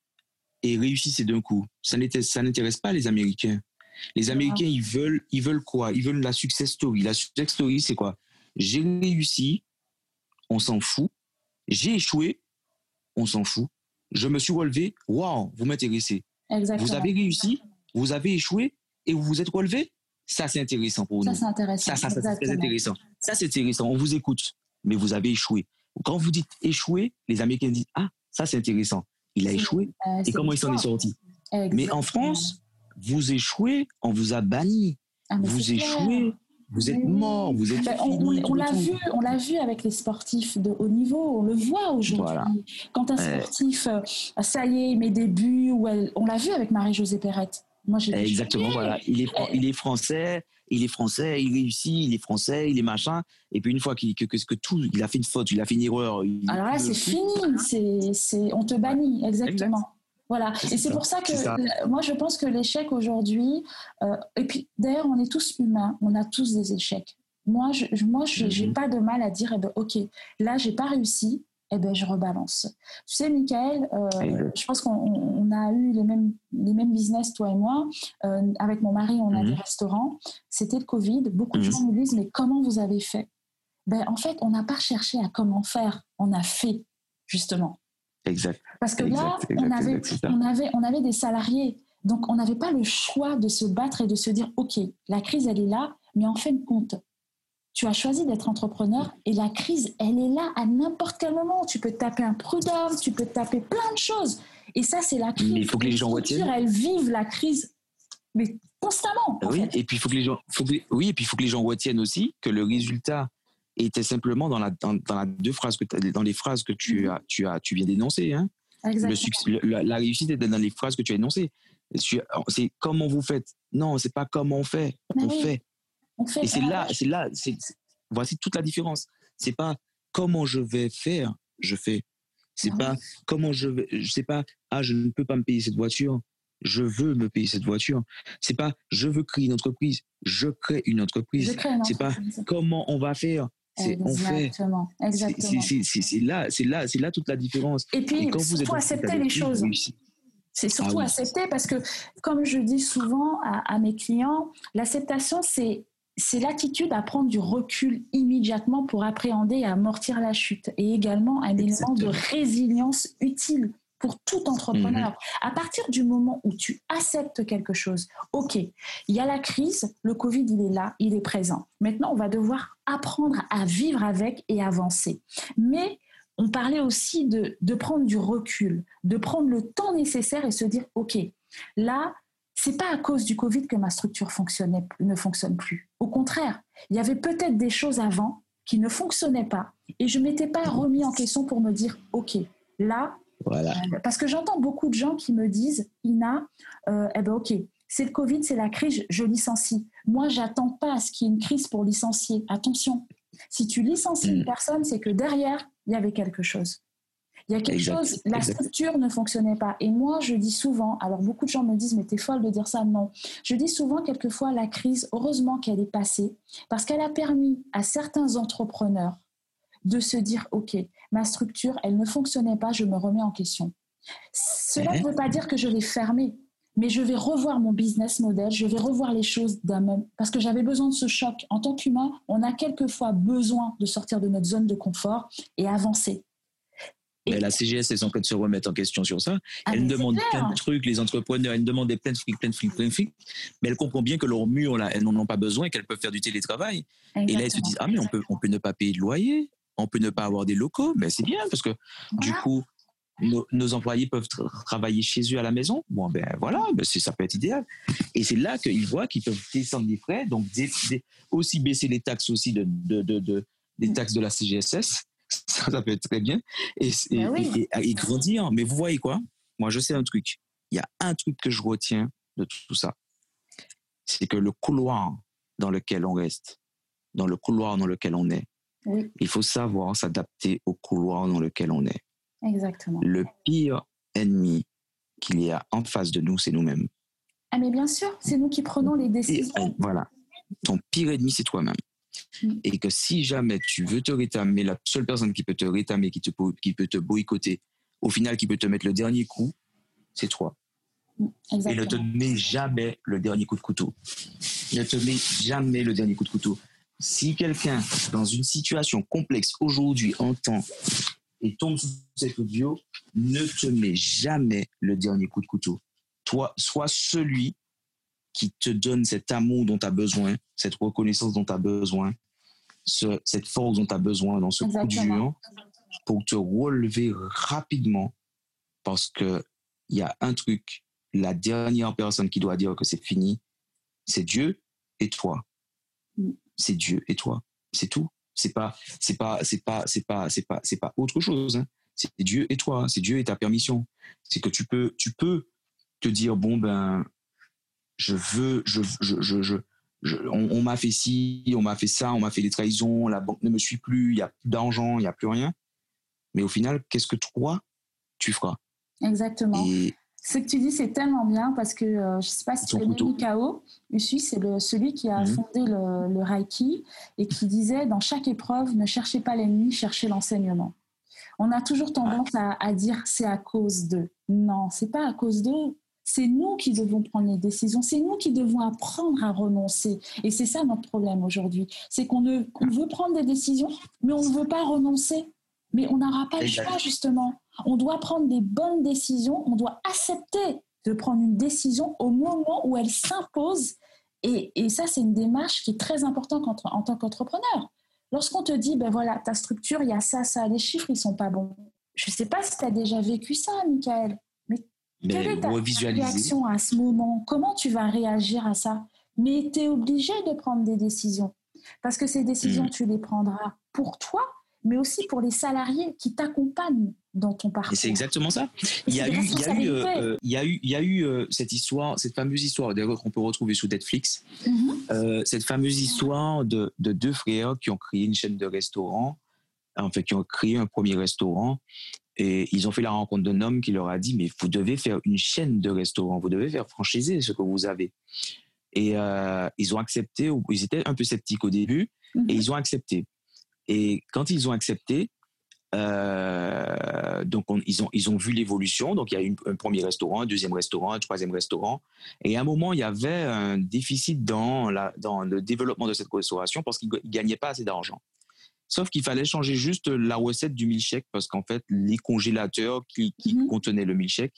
et réussissez d'un coup. Ça n'intéresse pas les Américains. Les Américains, ils veulent quoi? Ils veulent la success story. La success story, c'est quoi? J'ai réussi, on s'en fout. J'ai échoué, on s'en fout. Je me suis relevé, waouh, vous m'intéressez. Exactement. Vous avez réussi, vous avez échoué et vous vous êtes relevé. Ça, c'est intéressant pour nous. Ça, c'est intéressant. Ça, c'est très intéressant. Ça, c'est intéressant. On vous écoute, mais vous avez échoué. Quand vous dites échoué, les Américains disent ah, ça, c'est intéressant. Il a échoué. Et comment il s'en est sorti? Mais en France, vous échouez, on vous a banni. Vous échouez, vous êtes mort, vous êtes fini. On l'a vu avec les sportifs de haut niveau, on le voit aujourd'hui. Voilà. Quand un sportif, ça y est, il met des buts, on l'a vu avec Marie-Josée Perrette. Moi, exactement, voilà. Il est français, il réussit, il est français, il est machin. Et puis une fois que tout, il a fait une faute, il a fait une erreur. Alors là, c'est fini, on te bannit, exactement. Exact. Voilà, et c'est pour ça que moi je pense que l'échec aujourd'hui, et puis d'ailleurs on est tous humains, on a tous des échecs. Moi j'ai pas de mal à dire, eh ben, ok, là j'ai pas réussi, eh ben je rebalance. Tu sais Michael, je pense qu'on a eu les mêmes business toi et moi, avec mon mari on a des restaurants, c'était le Covid, beaucoup de gens nous disent mais comment vous avez fait? Ben en fait on n'a pas cherché à comment faire, on a fait justement. Exact. Parce que là, on avait des salariés. Donc, on n'avait pas le choix de se battre et de se dire, OK, la crise, elle est là, mais en fin de compte, tu as choisi d'être entrepreneur et la crise, elle est là à n'importe quel moment. Tu peux te taper un prud'homme, tu peux te taper plein de choses. Et ça, c'est la crise. Mais il faut que les gens retiennent. Elles vivent la crise, mais constamment. Oui, et puis il faut que les gens retiennent aussi que le résultat était simplement dans les phrases que tu viens d'énoncer. Hein. La réussite est dans les phrases que tu as énoncées. C'est comment vous faites. Non, c'est pas comment on fait. On fait. Et voici toute la différence. C'est pas comment je vais faire, je fais. C'est pas comment c'est pas je ne peux pas me payer cette voiture. Je veux me payer cette voiture. C'est pas je veux créer une entreprise. Je crée une entreprise. C'est pas comment on va faire. Exactement. C'est là toute la différence. Et puis, il faut accepter les choses. C'est surtout accepter parce que, comme je dis souvent à mes clients, l'acceptation, c'est l'attitude à prendre du recul immédiatement pour appréhender et amortir la chute. Et également un élément de résilience utile pour tout entrepreneur. À partir du moment où tu acceptes quelque chose, ok, il y a la crise, le Covid, il est là, il est présent. Maintenant, on va devoir apprendre à vivre avec et avancer. Mais on parlait aussi de prendre du recul, de prendre le temps nécessaire et se dire, ok, là, c'est pas à cause du Covid que ma structure ne fonctionne plus. Au contraire, il y avait peut-être des choses avant qui ne fonctionnaient pas et je m'étais pas remis en question pour me dire, ok, là, voilà. Parce que j'entends beaucoup de gens qui me disent, Ina, ok, c'est le Covid, c'est la crise, je licencie. Moi, j'attends pas à ce qu'il y ait une crise pour licencier. Attention, si tu licencies une personne, c'est que derrière, il y avait quelque chose. Il y a quelque chose, la structure ne fonctionnait pas. Et moi, je dis souvent, alors beaucoup de gens me disent, mais t'es folle de dire ça. Non, je dis souvent, quelquefois, la crise, heureusement qu'elle est passée, parce qu'elle a permis à certains entrepreneurs de se dire, ok, ma structure, elle ne fonctionnait pas, je me remets en question. Cela ne veut pas dire que je vais fermer, mais je vais revoir mon business model, je vais revoir les choses d'un même, parce que j'avais besoin de ce choc. En tant qu'humain, on a quelquefois besoin de sortir de notre zone de confort et avancer. Mais la CGS est en train de se remettre en question sur ça. Elle demande plein de trucs, les entrepreneurs, elle demande plein de fric. Mais elle comprend bien que leurs murs, là, elles n'en ont pas besoin, qu'elles peuvent faire du télétravail. Exactement. Et là, elles se disent, mais on peut ne pas payer de loyer. On peut ne pas avoir des locaux, mais c'est bien parce que du coup, nos employés peuvent travailler chez eux à la maison. Bon, ben voilà, ben ça peut être idéal. Et c'est là qu'ils voient qu'ils peuvent descendre les frais, donc aussi baisser les taxes aussi des taxes de la CGSS. Ça peut être très bien. Et grandir. Mais vous voyez quoi? Moi, je sais un truc. Il y a un truc que je retiens de tout ça. C'est que le couloir dans lequel on reste, dans le couloir dans lequel on est, il faut savoir s'adapter au couloir dans lequel on est. Exactement. Le pire ennemi qu'il y a en face de nous, c'est nous-mêmes. Ah, mais bien sûr, c'est nous qui prenons les décisions. Voilà. Ton pire ennemi, c'est toi-même. Et que si jamais tu veux te rétamer, la seule personne qui peut te rétamer, qui peut te boycotter, au final, qui peut te mettre le dernier coup, c'est toi. Exactement. Et ne te mets jamais le dernier coup de couteau. Ne te mets jamais le dernier coup de couteau. Si quelqu'un, dans une situation complexe aujourd'hui, entend et tombe sous cet audio, ne te mets jamais le dernier coup de couteau. Toi, sois celui qui te donne cet amour dont tu as besoin, cette reconnaissance dont tu as besoin, cette force dont tu as besoin dans ce coup dur pour te relever rapidement, parce qu'il y a un truc, la dernière personne qui doit dire que c'est fini, c'est Dieu et toi. C'est Dieu et toi. C'est tout. C'est pas autre chose. Hein. C'est Dieu et toi. C'est Dieu et ta permission. C'est que tu peux te dire, bon, ben, on m'a fait ci, on m'a fait ça, on m'a fait des trahisons, la banque ne me suit plus, il n'y a plus d'argent, il n'y a plus rien. Mais au final, qu'est-ce que toi, tu feras? Exactement. Et ce que tu dis, c'est tellement bien parce que je ne sais pas si tu connais Mikao Usui, c'est celui qui a fondé le Reiki et qui disait, dans chaque épreuve, ne cherchez pas l'ennemi, cherchez l'enseignement. On a toujours tendance à dire c'est à cause d'eux. Non, c'est pas à cause d'eux. C'est nous qui devons prendre les décisions. C'est nous qui devons apprendre à renoncer. Et c'est ça notre problème aujourd'hui. C'est qu'on veut prendre des décisions, mais on ne veut pas renoncer. Mais on n'aura pas le choix, justement. On doit prendre des bonnes décisions. On doit accepter de prendre une décision au moment où elle s'impose. Et ça, c'est une démarche qui est très importante en tant qu'entrepreneur. Lorsqu'on te dit, ben voilà, ta structure, il y a ça, les chiffres, ils ne sont pas bons. Je ne sais pas si tu as déjà vécu ça, Michael. Quelle est ta réaction à ce moment? Comment tu vas réagir à ça? Mais tu es obligé de prendre des décisions. Parce que ces décisions, tu les prendras pour toi, mais aussi pour les salariés qui t'accompagnent dans ton parcours. Et c'est exactement ça. Il y a eu cette histoire, cette fameuse histoire, d'ailleurs, qu'on peut retrouver sous Netflix. Cette fameuse histoire de deux frères qui ont créé une chaîne de restaurants, en fait, qui ont créé un premier restaurant. Et ils ont fait la rencontre d'un homme qui leur a dit, mais vous devez faire une chaîne de restaurants, vous devez faire franchiser ce que vous avez. Et ils ont accepté, ils étaient un peu sceptiques au début, et ils ont accepté. Et quand ils ont accepté, donc ils ont vu l'évolution. Donc il y a eu un premier restaurant, un deuxième restaurant, un troisième restaurant. Et à un moment, il y avait un déficit dans le développement de cette restauration parce qu'ils ne gagnaient pas assez d'argent. Sauf qu'il fallait changer juste la recette du milkshake parce qu'en fait, les congélateurs qui contenaient le milkshake,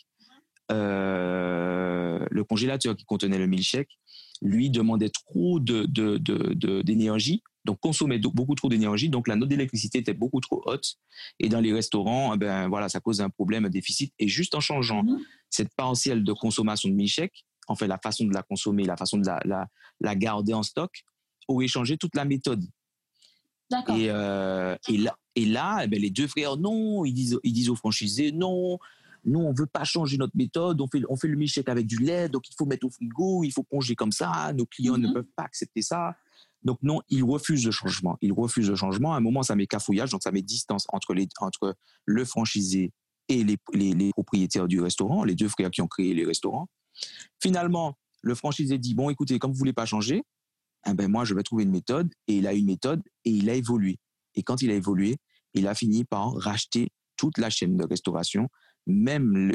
lui demandait trop d'énergie, donc consommait beaucoup trop d'énergie, donc la note d'électricité était beaucoup trop haute. Et dans les restaurants, ben voilà, ça cause un problème, un déficit. Et juste en changeant cette partielle de consommation de milkshake, en fait, la façon de la consommer, la façon de la garder en stock, aurait changé toute la méthode. D'accord. Et là, eh ben, les deux frères, non, ils disent aux franchisés, non, nous, on ne veut pas changer notre méthode, on fait le milkshake avec du lait, donc il faut mettre au frigo, il faut congeler comme ça, nos clients ne peuvent pas accepter ça. Donc non, ils refusent le changement. À un moment, ça met cafouillage, donc ça met distance entre le franchisé et les propriétaires du restaurant, les deux frères qui ont créé les restaurants. Finalement, le franchisé dit, bon, écoutez, comme vous ne voulez pas changer, eh ben moi, je vais trouver une méthode. Et il a une méthode et il a évolué. Et quand il a évolué, il a fini par racheter toute la chaîne de restauration, même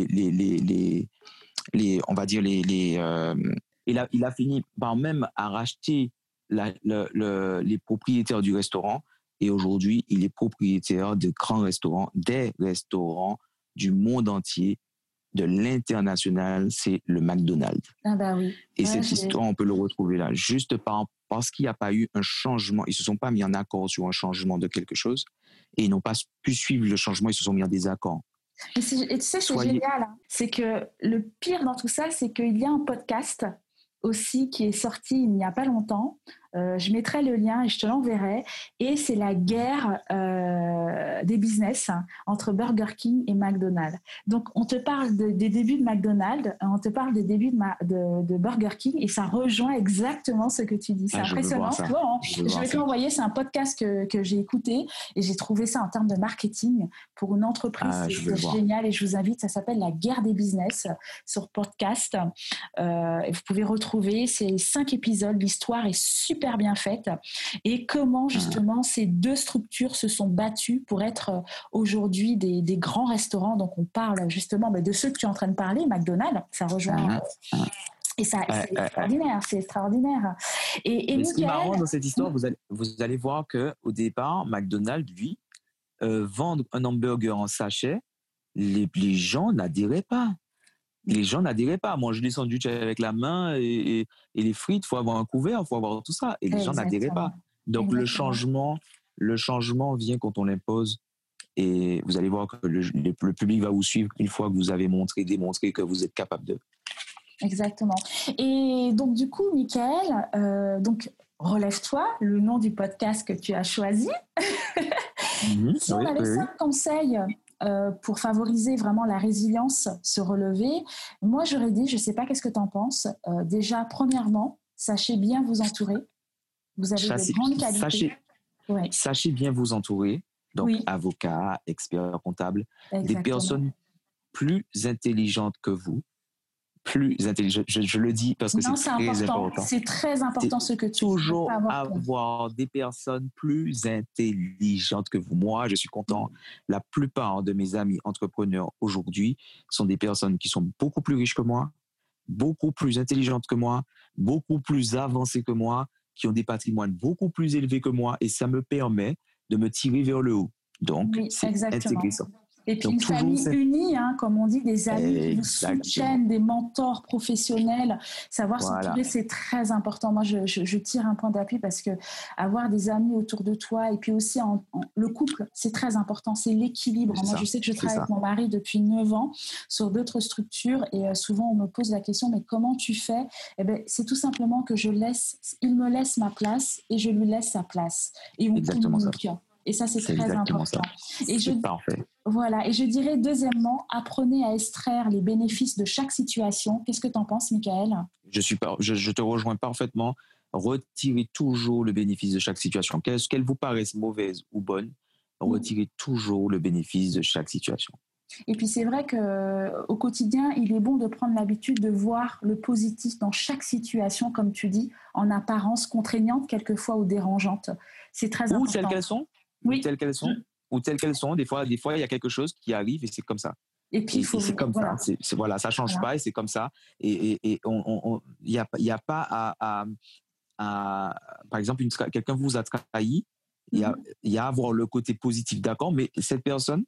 on va dire il a fini par même à racheter les propriétaires du restaurant. Et aujourd'hui, il est propriétaire de grands restaurants, des restaurants du monde entier, de l'international, c'est le McDonald's. Ah bah oui. Et cette histoire, on peut le retrouver là, juste par parce qu'il n'y a pas eu un changement, ils ne se sont pas mis en accord sur un changement de quelque chose et ils n'ont pas pu suivre le changement, ils se sont mis en désaccord. Et tu sais, c'est génial, hein. C'est que le pire dans tout ça, c'est qu'il y a un podcast aussi qui est sorti il n'y a pas longtemps. Je mettrai le lien et je te l'enverrai. Et c'est la guerre des business entre Burger King et McDonald's. Donc, on te parle des débuts de McDonald's, on te parle des débuts de Burger King et ça rejoint exactement ce que tu dis. C'est impressionnant. Bon, je vais te l'envoyer. C'est un podcast que j'ai écouté et j'ai trouvé ça en termes de marketing pour une entreprise. C'est génial et je vous invite. Ça s'appelle La guerre des business sur podcast. Et vous pouvez retrouver ces 5 épisodes. L'histoire est super bien faite et comment justement ces deux structures se sont battues pour être aujourd'hui des grands restaurants. Donc on parle justement de ceux que tu es en train de parler, McDonald's, ça rejoint et ça c'est extraordinaire. Et ce qui est marrant dans cette histoire, vous allez voir que au départ, McDonald's lui vendre un hamburger en sachet, les gens n'adhéraient pas. Les gens n'adhéraient pas. Manger des sandwichs avec la main et les frites, il faut avoir un couvert, il faut avoir tout ça. Et les gens n'adhéraient pas. Donc le changement vient quand on l'impose. Et vous allez voir que le public va vous suivre une fois que vous avez démontré que vous êtes capable de. Exactement. Et donc du coup, Michaël, donc relève-toi, le nom du podcast que tu as choisi. Si on avait 5 conseils pour favoriser vraiment la résilience, se relever, moi j'aurais dit, je ne sais pas qu'est-ce que tu en penses, déjà premièrement, sachez bien vous entourer, vous avez de grandes qualités. Sachez bien vous entourer, donc avocats, experts comptables, des personnes plus intelligentes que vous, plus intelligentes, je le dis parce que c'est très important. C'est très important ce que tu toujours avoir des personnes plus intelligentes que vous. Moi, je suis content. La plupart de mes amis entrepreneurs aujourd'hui sont des personnes qui sont beaucoup plus riches que moi, beaucoup plus intelligentes que moi, beaucoup plus avancées que moi, qui ont des patrimoines beaucoup plus élevés que moi, et ça me permet de me tirer vers le haut. Donc, c'est intéressant. Et puis une famille unie, comme on dit, des amis qui vous soutiennent, des mentors professionnels. Savoir s'entourer, c'est très important. Moi, je tire un point d'appui parce que avoir des amis autour de toi et puis aussi le couple, c'est très important. C'est l'équilibre. Moi, je sais que je travaille avec mon mari depuis 9 ans sur d'autres structures et souvent on me pose la question, mais comment tu fais ? Eh ben, c'est tout simplement que il me laisse ma place et je lui laisse sa place. Et on communique. Et ça, c'est très important. C'est parfait. Voilà. Et je dirais, deuxièmement, apprenez à extraire les bénéfices de chaque situation. Qu'est-ce que tu en penses, Michaël ? Je te rejoins parfaitement. Retirez toujours le bénéfice de chaque situation. Qu'elle vous paraisse mauvaise ou bonne, retirez toujours le bénéfice de chaque situation. Et puis c'est vrai qu'au quotidien, il est bon de prendre l'habitude de voir le positif dans chaque situation, comme tu dis, en apparence contraignante quelquefois ou dérangeante. C'est très important. Ou telles qu'elles sont. Oui. Ou telles qu'elles sont. Des fois, il y a quelque chose qui arrive et c'est comme ça. Et puis, c'est comme ça. Ça ne change pas et c'est comme ça. Et il n'y a pas par exemple, quelqu'un vous a trahi, il y a à voir le côté positif, d'accord, mais cette personne,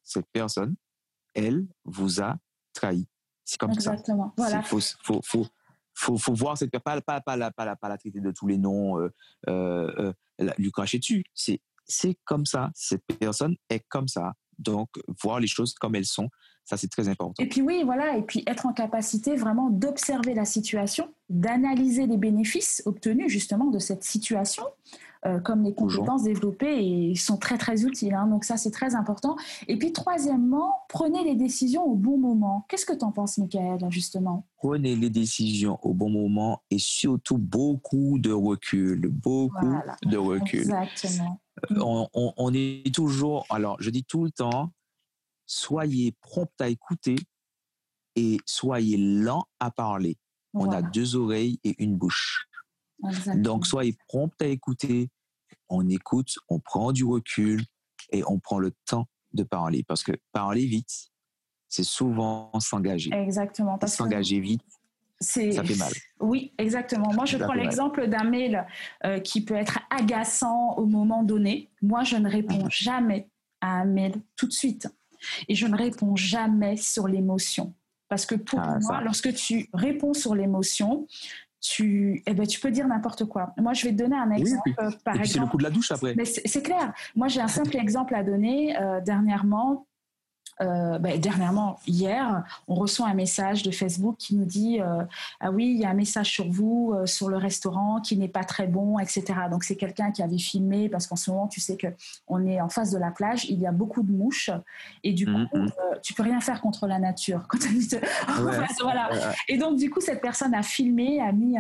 elle vous a trahi. C'est comme ça. Exactement. Voilà. Faut voir cette personne, pas la traiter de tous les noms, lui cracher dessus. C'est comme ça. Cette personne est comme ça. Donc, voir les choses comme elles sont, ça, c'est très important. Et puis et puis être en capacité vraiment d'observer la situation, d'analyser les bénéfices obtenus justement de cette situation, comme les compétences développées et sont très, très utiles. Donc ça, c'est très important. Et puis, troisièmement, prenez les décisions au bon moment. Qu'est-ce que tu en penses, Michaël, justement ? Prenez les décisions au bon moment et surtout beaucoup de recul. De recul. Exactement. On est toujours... Alors, je dis tout le temps, soyez prompt à écouter et soyez lent à parler. On a 2 oreilles et une bouche. Exactement. Donc, soyez prompt à écouter, on écoute, on prend du recul et on prend le temps de parler. Parce que parler vite, c'est souvent s'engager. Exactement. Parce s'engager vite, ça fait mal. Oui, exactement. Moi, je prends l'exemple d'un mail qui peut être agaçant au moment donné. Moi, je ne réponds jamais à un mail tout de suite. Et je ne réponds jamais sur l'émotion. Parce que pour moi, lorsque tu réponds sur l'émotion, tu peux dire n'importe quoi. Moi, je vais te donner un exemple. Oui, Par exemple, c'est le coup de la douche après. Mais c'est clair. Moi, j'ai un simple exemple à donner. Dernièrement, hier, on reçoit un message de Facebook qui nous dit ah oui, il y a un message sur vous, sur le restaurant qui n'est pas très bon, etc. Donc c'est quelqu'un qui avait filmé parce qu'en ce moment, tu sais que on est en face de la plage, il y a beaucoup de mouches et du coup, tu peux rien faire contre la nature. Quand voilà. Et donc du coup, cette personne a filmé, a mis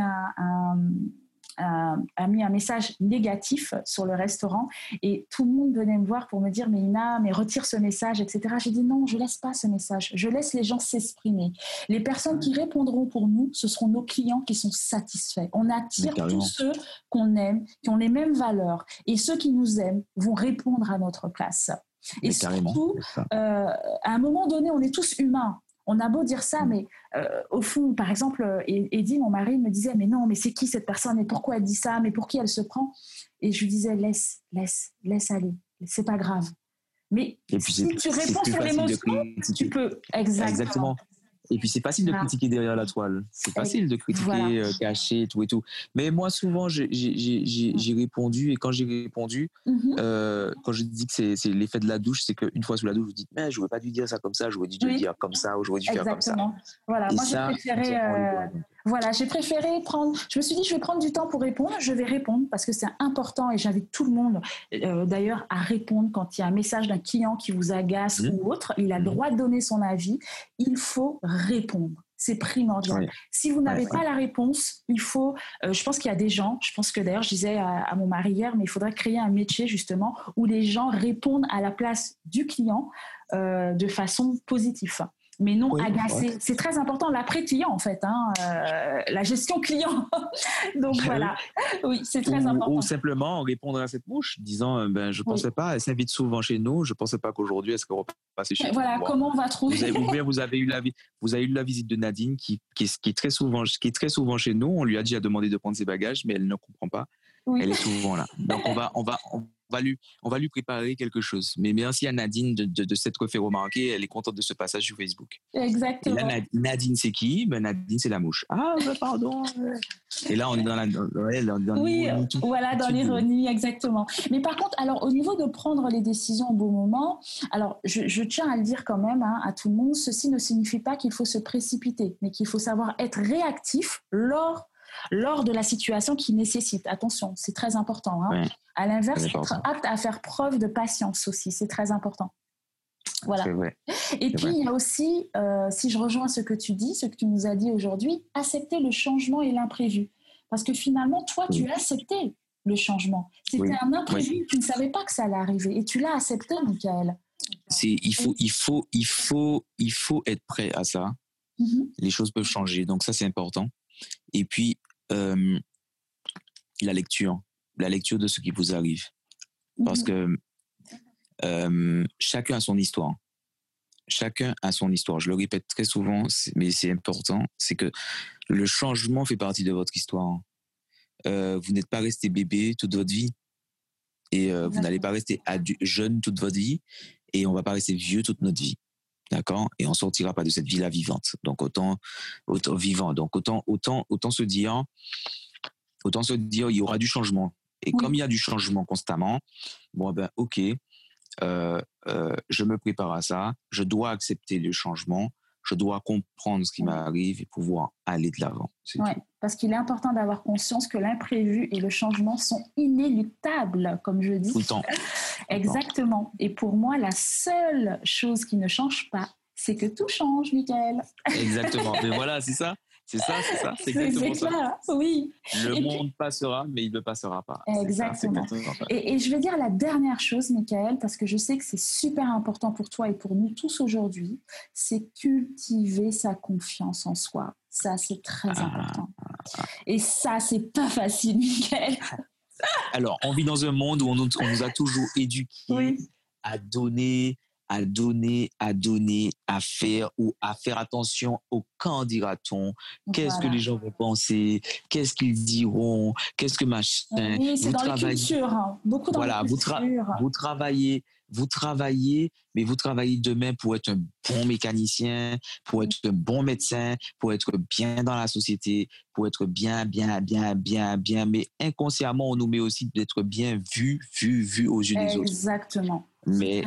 a mis un message négatif sur le restaurant et tout le monde venait me voir pour me dire mais Ina, mais retire ce message, etc. J'ai dit non, je laisse pas ce message, je laisse les gens s'exprimer. Les personnes qui répondront pour nous, ce seront nos clients qui sont satisfaits. On attire tous ceux qu'on aime, qui ont les mêmes valeurs et ceux qui nous aiment vont répondre à notre place. Et surtout, à un moment donné, on est tous humains. On a beau dire ça, mais au fond, par exemple, Eddie, mon mari, me disait mais non, mais c'est qui cette personne et pourquoi elle dit ça, mais pour qui elle se prend? Et je lui disais laisse aller, c'est pas grave. Mais si tu réponds sur l'émotion, tu peux exactement. Et puis c'est facile de critiquer derrière la toile. C'est facile de critiquer, cacher, tout et tout. Mais moi, souvent, j'ai répondu. Et quand j'ai répondu, quand je dis que c'est l'effet de la douche, c'est qu'une fois sous la douche, je dis mais je n'aurais pas dû dire ça comme ça, j'aurais dû dire comme ça, ou j'aurais dû faire comme ça. Voilà, et moi j'ai préféré prendre. Je me suis dit, je vais prendre du temps pour répondre. Je vais répondre parce que c'est important et j'invite tout le monde, d'ailleurs, à répondre quand il y a un message d'un client qui vous agace ou autre. Il a le droit de donner son avis. Il faut répondre. C'est primordial. Si vous n'avez pas la réponse, il faut... je pense qu'il y a des gens, je pense que d'ailleurs je disais à mon mari hier, mais il faudrait créer un métier justement où les gens répondent à la place du client de façon positive. Mais non agacé. C'est très important, l'après-client en fait, la gestion client. Donc voilà, oui, c'est très important. Ou simplement répondre à cette mouche, disant je ne pensais pas, elle s'invite souvent chez nous, je ne pensais pas qu'aujourd'hui elle serait repassée chez nous. Voilà, comment on va trouver. Vous avez eu la visite de Nadine qui est très souvent chez nous. On lui a déjà demandé de prendre ses bagages, mais elle ne comprend pas. Elle est souvent là. Donc on va lui préparer quelque chose. Mais merci à Nadine de s'être fait remarquer. Elle est contente de ce passage sur Facebook. Exactement. Et là, Nadine, c'est qui? Nadine, c'est la mouche. Ah, pardon. Et là, on est dans l'ironie. Dans l'ironie, exactement. Mais par contre, alors, au niveau de prendre les décisions au bon moment, alors, je tiens à le dire quand même à tout le monde, ceci ne signifie pas qu'il faut se précipiter, mais qu'il faut savoir être réactif lors de la situation qui nécessite. Attention, c'est très important. À l'inverse, être apte à faire preuve de patience aussi, c'est très important. Voilà. Et puis, il y a aussi, si je rejoins ce que tu dis, ce que tu nous as dit aujourd'hui, accepter le changement et l'imprévu. Parce que finalement, toi, tu as accepté le changement. C'était un imprévu, tu ne savais pas que ça allait arriver. Et tu l'as accepté, Michael. Il faut être prêt à ça. Les choses peuvent changer, donc ça, c'est important. Et puis, la lecture de ce qui vous arrive. Parce que chacun a son histoire. Chacun a son histoire. Je le répète très souvent, mais c'est important, c'est que le changement fait partie de votre histoire. Vous n'êtes pas resté bébé toute votre vie. Et vous n'allez pas rester jeune toute votre vie. Et on ne va pas rester vieux toute notre vie. D'accord? Et on ne sortira pas de cette vie-là vivante. Donc, autant vivant. Donc, autant se dire, il y aura du changement. Et comme il y a du changement constamment, ok, je me prépare à ça. Je dois accepter le changement. Je dois comprendre ce qui m'arrive et pouvoir aller de l'avant. Parce qu'il est important d'avoir conscience que l'imprévu et le changement sont inéluctables, comme je dis. Tout le temps. Exactement. Et pour moi, la seule chose qui ne change pas, c'est que tout change, Michael. Exactement. Mais voilà, c'est ça. C'est exactement ça. Oui. Le monde passera, mais il ne passera pas. Exactement. Et je vais dire la dernière chose, Michael, parce que je sais que c'est super important pour toi et pour nous tous aujourd'hui, c'est cultiver sa confiance en soi. Ça, c'est très important. Et ça, c'est pas facile, Michael. Alors, on vit dans un monde où on nous a toujours éduqués à donner, à faire attention au quand dira-t-on, qu'est-ce que les gens vont penser, qu'est-ce qu'ils diront, qu'est-ce que machin. Oui, c'est dans les cultures, beaucoup dans les cultures. Vous travaillez vous travaillez, mais vous travaillez demain pour être un bon mécanicien, pour être un bon médecin, pour être bien dans la société, pour être bien, mais inconsciemment, on nous met aussi d'être bien vu aux yeux des autres. Exactement. Mais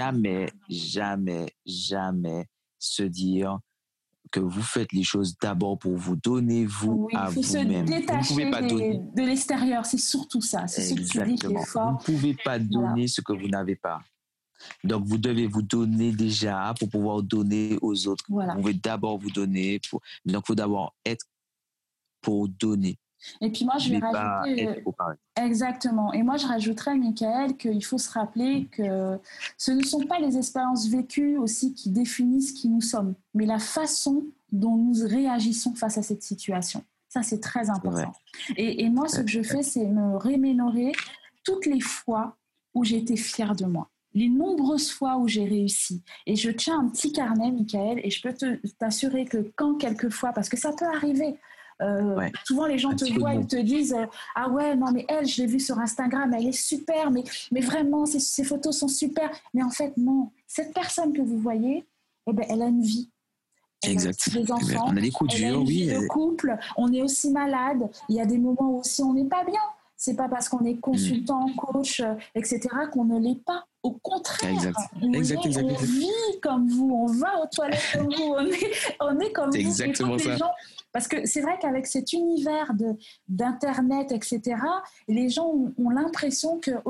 jamais se dire que vous faites les choses d'abord pour vous donner vous à vous-même. Il faut se détacher de l'extérieur, c'est surtout ça. C'est ce que tu dis qui est fort. Vous ne pouvez pas donner ce que vous n'avez pas. Donc, vous devez vous donner déjà pour pouvoir donner aux autres. Voilà. Vous pouvez d'abord vous donner. Donc, il faut d'abord être pour donner. Et puis moi, je vais rajouter... Exactement. Et moi, je rajouterais, Michael, qu'il faut se rappeler que ce ne sont pas les expériences vécues aussi qui définissent qui nous sommes, mais la façon dont nous réagissons face à cette situation. Ça, c'est très important. Et moi, ce que je fais, c'est me remémorer toutes les fois où j'ai été fière de moi. Les nombreuses fois où j'ai réussi. Et je tiens un petit carnet, Michael, et je peux t'assurer que quand quelquefois, parce que ça peut arriver, souvent les gens te voient, ils te disent ah ouais, non mais elle, je l'ai vue sur Instagram, elle est super, mais vraiment ses photos sont super. Mais en fait non, cette personne que vous voyez, eh ben, elle a une vie. Exact. Des enfants, on a des coups durs, oui. Le couple, on est aussi malade. Il y a des moments où aussi on n'est pas bien. C'est pas parce qu'on est consultant, coach, etc. qu'on ne l'est pas. Au contraire, on vit comme vous, on va aux toilettes comme vous, on est comme vous. Exactement ça. Gens, parce que c'est vrai qu'avec cet univers d'internet, etc., les gens ont l'impression que,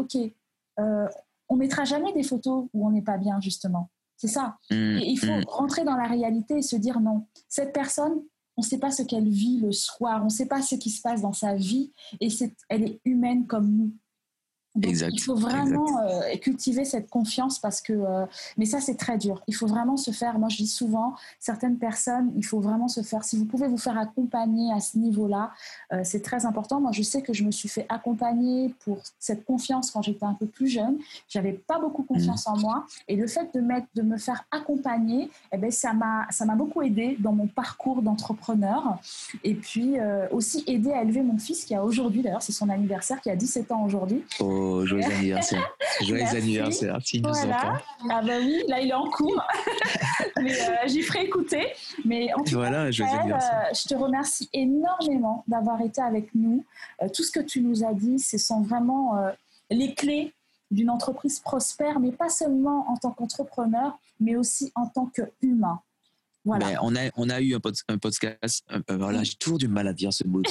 on mettra jamais des photos où on n'est pas bien, justement. C'est ça. Et il faut rentrer dans la réalité et se dire non, cette personne, on ne sait pas ce qu'elle vit le soir, on ne sait pas ce qui se passe dans sa vie, et elle est humaine comme nous. Donc, il faut vraiment cultiver cette confiance parce que, mais ça c'est très dur. Il faut vraiment se faire, moi je dis souvent, certaines personnes, il faut vraiment se faire, si vous pouvez vous faire accompagner à ce niveau-là, c'est très important. Moi je sais que je me suis fait accompagner pour cette confiance quand j'étais un peu plus jeune. J'avais pas beaucoup confiance en moi et le fait de me faire accompagner, eh ben, ça m'a beaucoup aidé dans mon parcours d'entrepreneur et puis aussi aidé à élever mon fils qui a aujourd'hui, d'ailleurs c'est son anniversaire, qui a 17 ans aujourd'hui. Oh, joyeux anniversaire. Joyeux anniversaire. Si voilà. Ah bah oui, là il est en cours. Mais j'y ferai écouter. Mais en tout cas, je te remercie énormément d'avoir été avec nous. Tout ce que tu nous as dit, ce sont vraiment les clés d'une entreprise prospère, mais pas seulement en tant qu'entrepreneur, mais aussi en tant qu'humain. Voilà. Ben, on a eu un podcast. Voilà, j'ai toujours du mal à dire ce mot.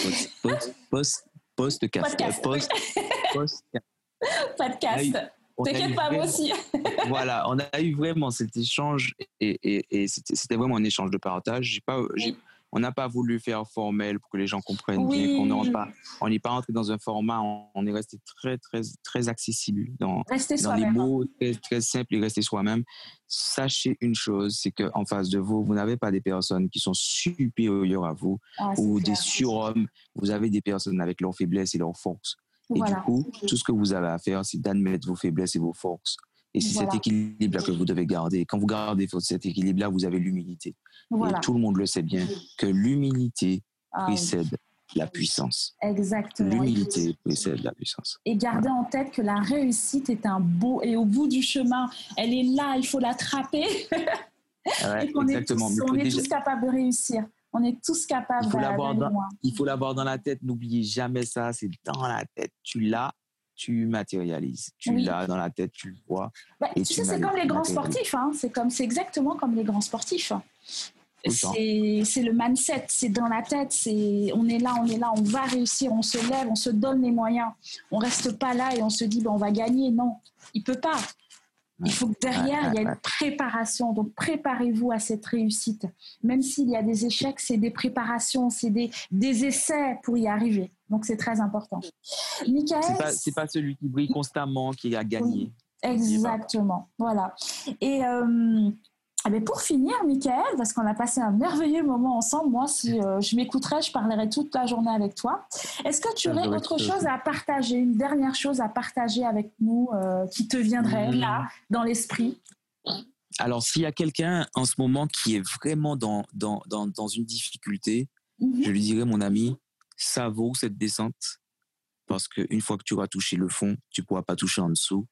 Podcast. T'inquiète pas, moi aussi. Voilà, on a eu vraiment cet échange et c'était vraiment un échange de partage. On n'a pas voulu faire formel pour que les gens comprennent bien on n'est pas rentré dans un format, on est resté très, très, très accessible dans les mots, très, très simple et rester soi-même. Sachez une chose, c'est qu'en face de vous, vous n'avez pas des personnes qui sont supérieures à vous ou des surhommes. Vous avez des personnes avec leurs faiblesses et leurs forces. Et du coup, tout ce que vous avez à faire, c'est d'admettre vos faiblesses et vos forces. Et c'est cet équilibre-là que vous devez garder. Quand vous gardez cet équilibre-là, vous avez l'humilité. Et tout le monde le sait bien, que l'humilité précède la puissance. Exactement. L'humilité précède la puissance. Et gardez en tête que la réussite est et au bout du chemin, elle est là, il faut l'attraper. Et qu'on est tous capables de réussir. On est tous capables d'aller loin. Il faut l'avoir dans la tête. N'oubliez jamais ça. C'est dans la tête. Tu l'as, tu matérialises. Tu l'as dans la tête, tu le vois. Tu sais, c'est comme les grands sportifs. Hein. C'est exactement comme les grands sportifs. C'est le mindset. C'est dans la tête. On est là, on va réussir. On se lève, on se donne les moyens. On reste pas là et on se dit on va gagner. Non, il peut pas. Il faut que derrière, il y ait une préparation. Donc, préparez-vous à cette réussite. Même s'il y a des échecs, c'est des préparations, c'est des essais pour y arriver. Donc, c'est très important. Michael, c'est pas celui qui brille constamment qui a gagné. Oui, exactement. Voilà. Et pour finir, Michael, parce qu'on a passé un merveilleux moment ensemble, moi, si je m'écouterais, je parlerais toute la journée avec toi. Est-ce que tu aurais autre chose à partager, une dernière chose à partager avec nous qui te viendrait là, dans l'esprit? Alors, s'il y a quelqu'un en ce moment qui est vraiment dans une difficulté, je lui dirais, mon ami, savoure cette descente, parce qu'une fois que tu auras touché le fond, tu ne pourras pas toucher en dessous.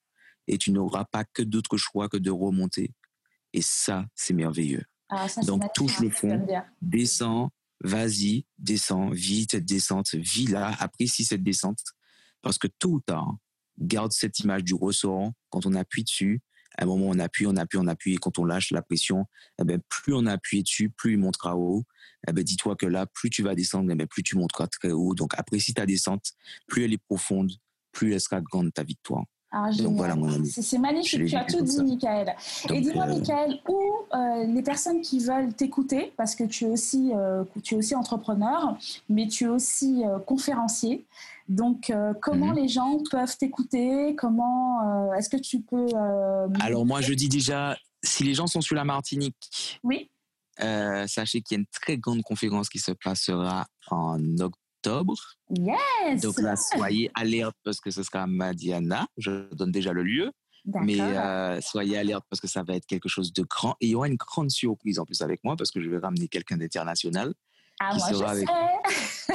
et tu n'auras pas que d'autres choix que de remonter. Et ça, c'est merveilleux. Ah, ça, Donc, touche le fond, descends, vas-y, descends, vis cette descente, vis-la, apprécie cette descente, parce que tôt ou tard, garde cette image du ressort. Quand on appuie dessus, à un moment, on appuie, et quand on lâche la pression, plus on a appuyé dessus, plus il montera haut. Dis-toi que là, plus tu vas descendre, plus tu monteras très haut. Donc, apprécie ta descente. Plus elle est profonde, plus elle sera grande ta victoire. Ah, donc voilà, mon ami. C'est magnifique, tu as tout dit, Michael. Et dis-moi, Michael, où les personnes qui veulent t'écouter, parce que tu es aussi entrepreneur, mais tu es aussi conférencier. Donc, comment les gens peuvent t'écouter? Comment est-ce que tu peux... Alors, moi, je dis déjà, si les gens sont sur la Martinique, oui. Sachez qu'il y a une très grande conférence qui se passera en octobre. Yes! Donc là, soyez alertes parce que ce sera à Madiana. Je donne déjà le lieu. D'accord. Mais soyez alertes parce que ça va être quelque chose de grand. Et il y aura une grande surprise en plus avec moi parce que je vais ramener quelqu'un d'international. Ah, qui moi, sera je avec... sais.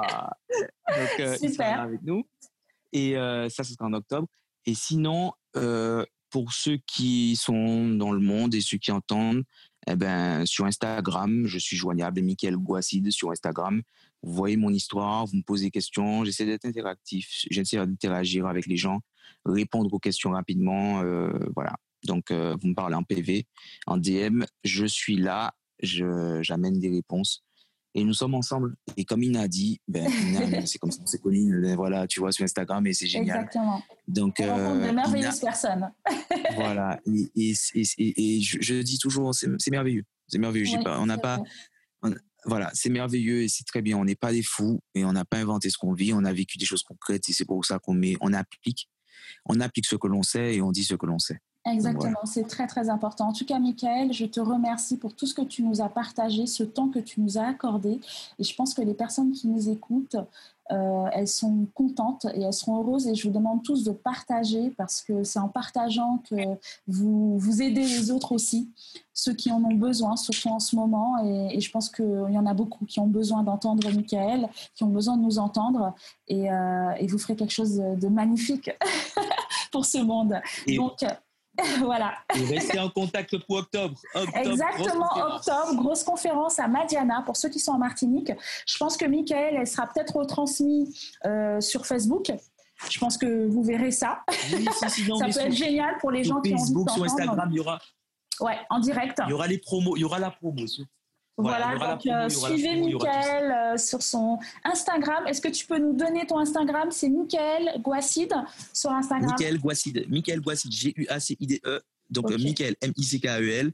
Donc, il sera avec nous. Et ça, ce sera en octobre. Et sinon, pour ceux qui sont dans le monde et ceux qui entendent, sur Instagram, je suis joignable, Michael Gouasside sur Instagram. Vous voyez mon histoire, vous me posez des questions, j'essaie d'être interactif, j'essaie d'interagir avec les gens, répondre aux questions rapidement, voilà. Donc, vous me parlez en PV, en DM, je suis là, j'amène des réponses. Et nous sommes ensemble. Et comme Ina a dit, Ina, c'est comme ça qu'on s'est connus, voilà, tu vois, sur Instagram, et c'est génial. Exactement. Donc, on rencontre de merveilleuses personnes. Voilà. Et je dis toujours, c'est merveilleux. C'est merveilleux. Oui, voilà, c'est merveilleux et c'est très bien. On n'est pas des fous et on n'a pas inventé ce qu'on vit. On a vécu des choses concrètes et c'est pour ça on applique ce que l'on sait et on dit ce que l'on sait. Exactement, voilà. C'est très très important. En tout cas, Michael, je te remercie pour tout ce que tu nous as partagé, ce temps que tu nous as accordé. Et je pense que les personnes qui nous écoutent, elles sont contentes et elles seront heureuses. Et je vous demande tous de partager parce que c'est en partageant que vous aidez les autres aussi, ceux qui en ont besoin, surtout en ce moment. Et je pense qu'il y en a beaucoup qui ont besoin d'entendre Michael, qui ont besoin de nous entendre. Et vous ferez quelque chose de magnifique pour ce monde. Donc, voilà. Et restez en contact pour octobre. Exactement, octobre, grosse conférence à Madiana pour ceux qui sont en Martinique. Je pense que Michael, elle sera peut-être retransmise sur Facebook. Je pense que vous verrez ça. Oui, non, ça peut être génial pour les gens qui ont envie d'entendre. Sur Instagram, il y aura... Ouais, en direct. Il y aura les promos, il y aura la promo. Voilà, donc suivez Michael sur son Instagram. Est-ce que tu peux nous donner ton Instagram? C'est Michael Gouasside sur Instagram. Michael Gouasside, G-U-A-C-I-D-E. Donc Michael, M-I-C-K-E-L,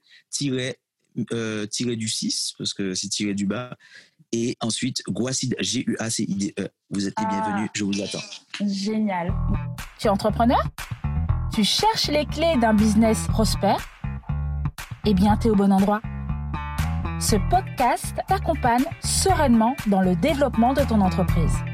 tiré du 6, parce que c'est tiré du bas. Et ensuite, Gouasside, G-U-A-C-I-D-E. Vous êtes les bienvenus, je vous attends. Génial. Tu es entrepreneur? Tu cherches les clés d'un business prospère? Eh bien, tu es au bon endroit. Ce podcast t'accompagne sereinement dans le développement de ton entreprise.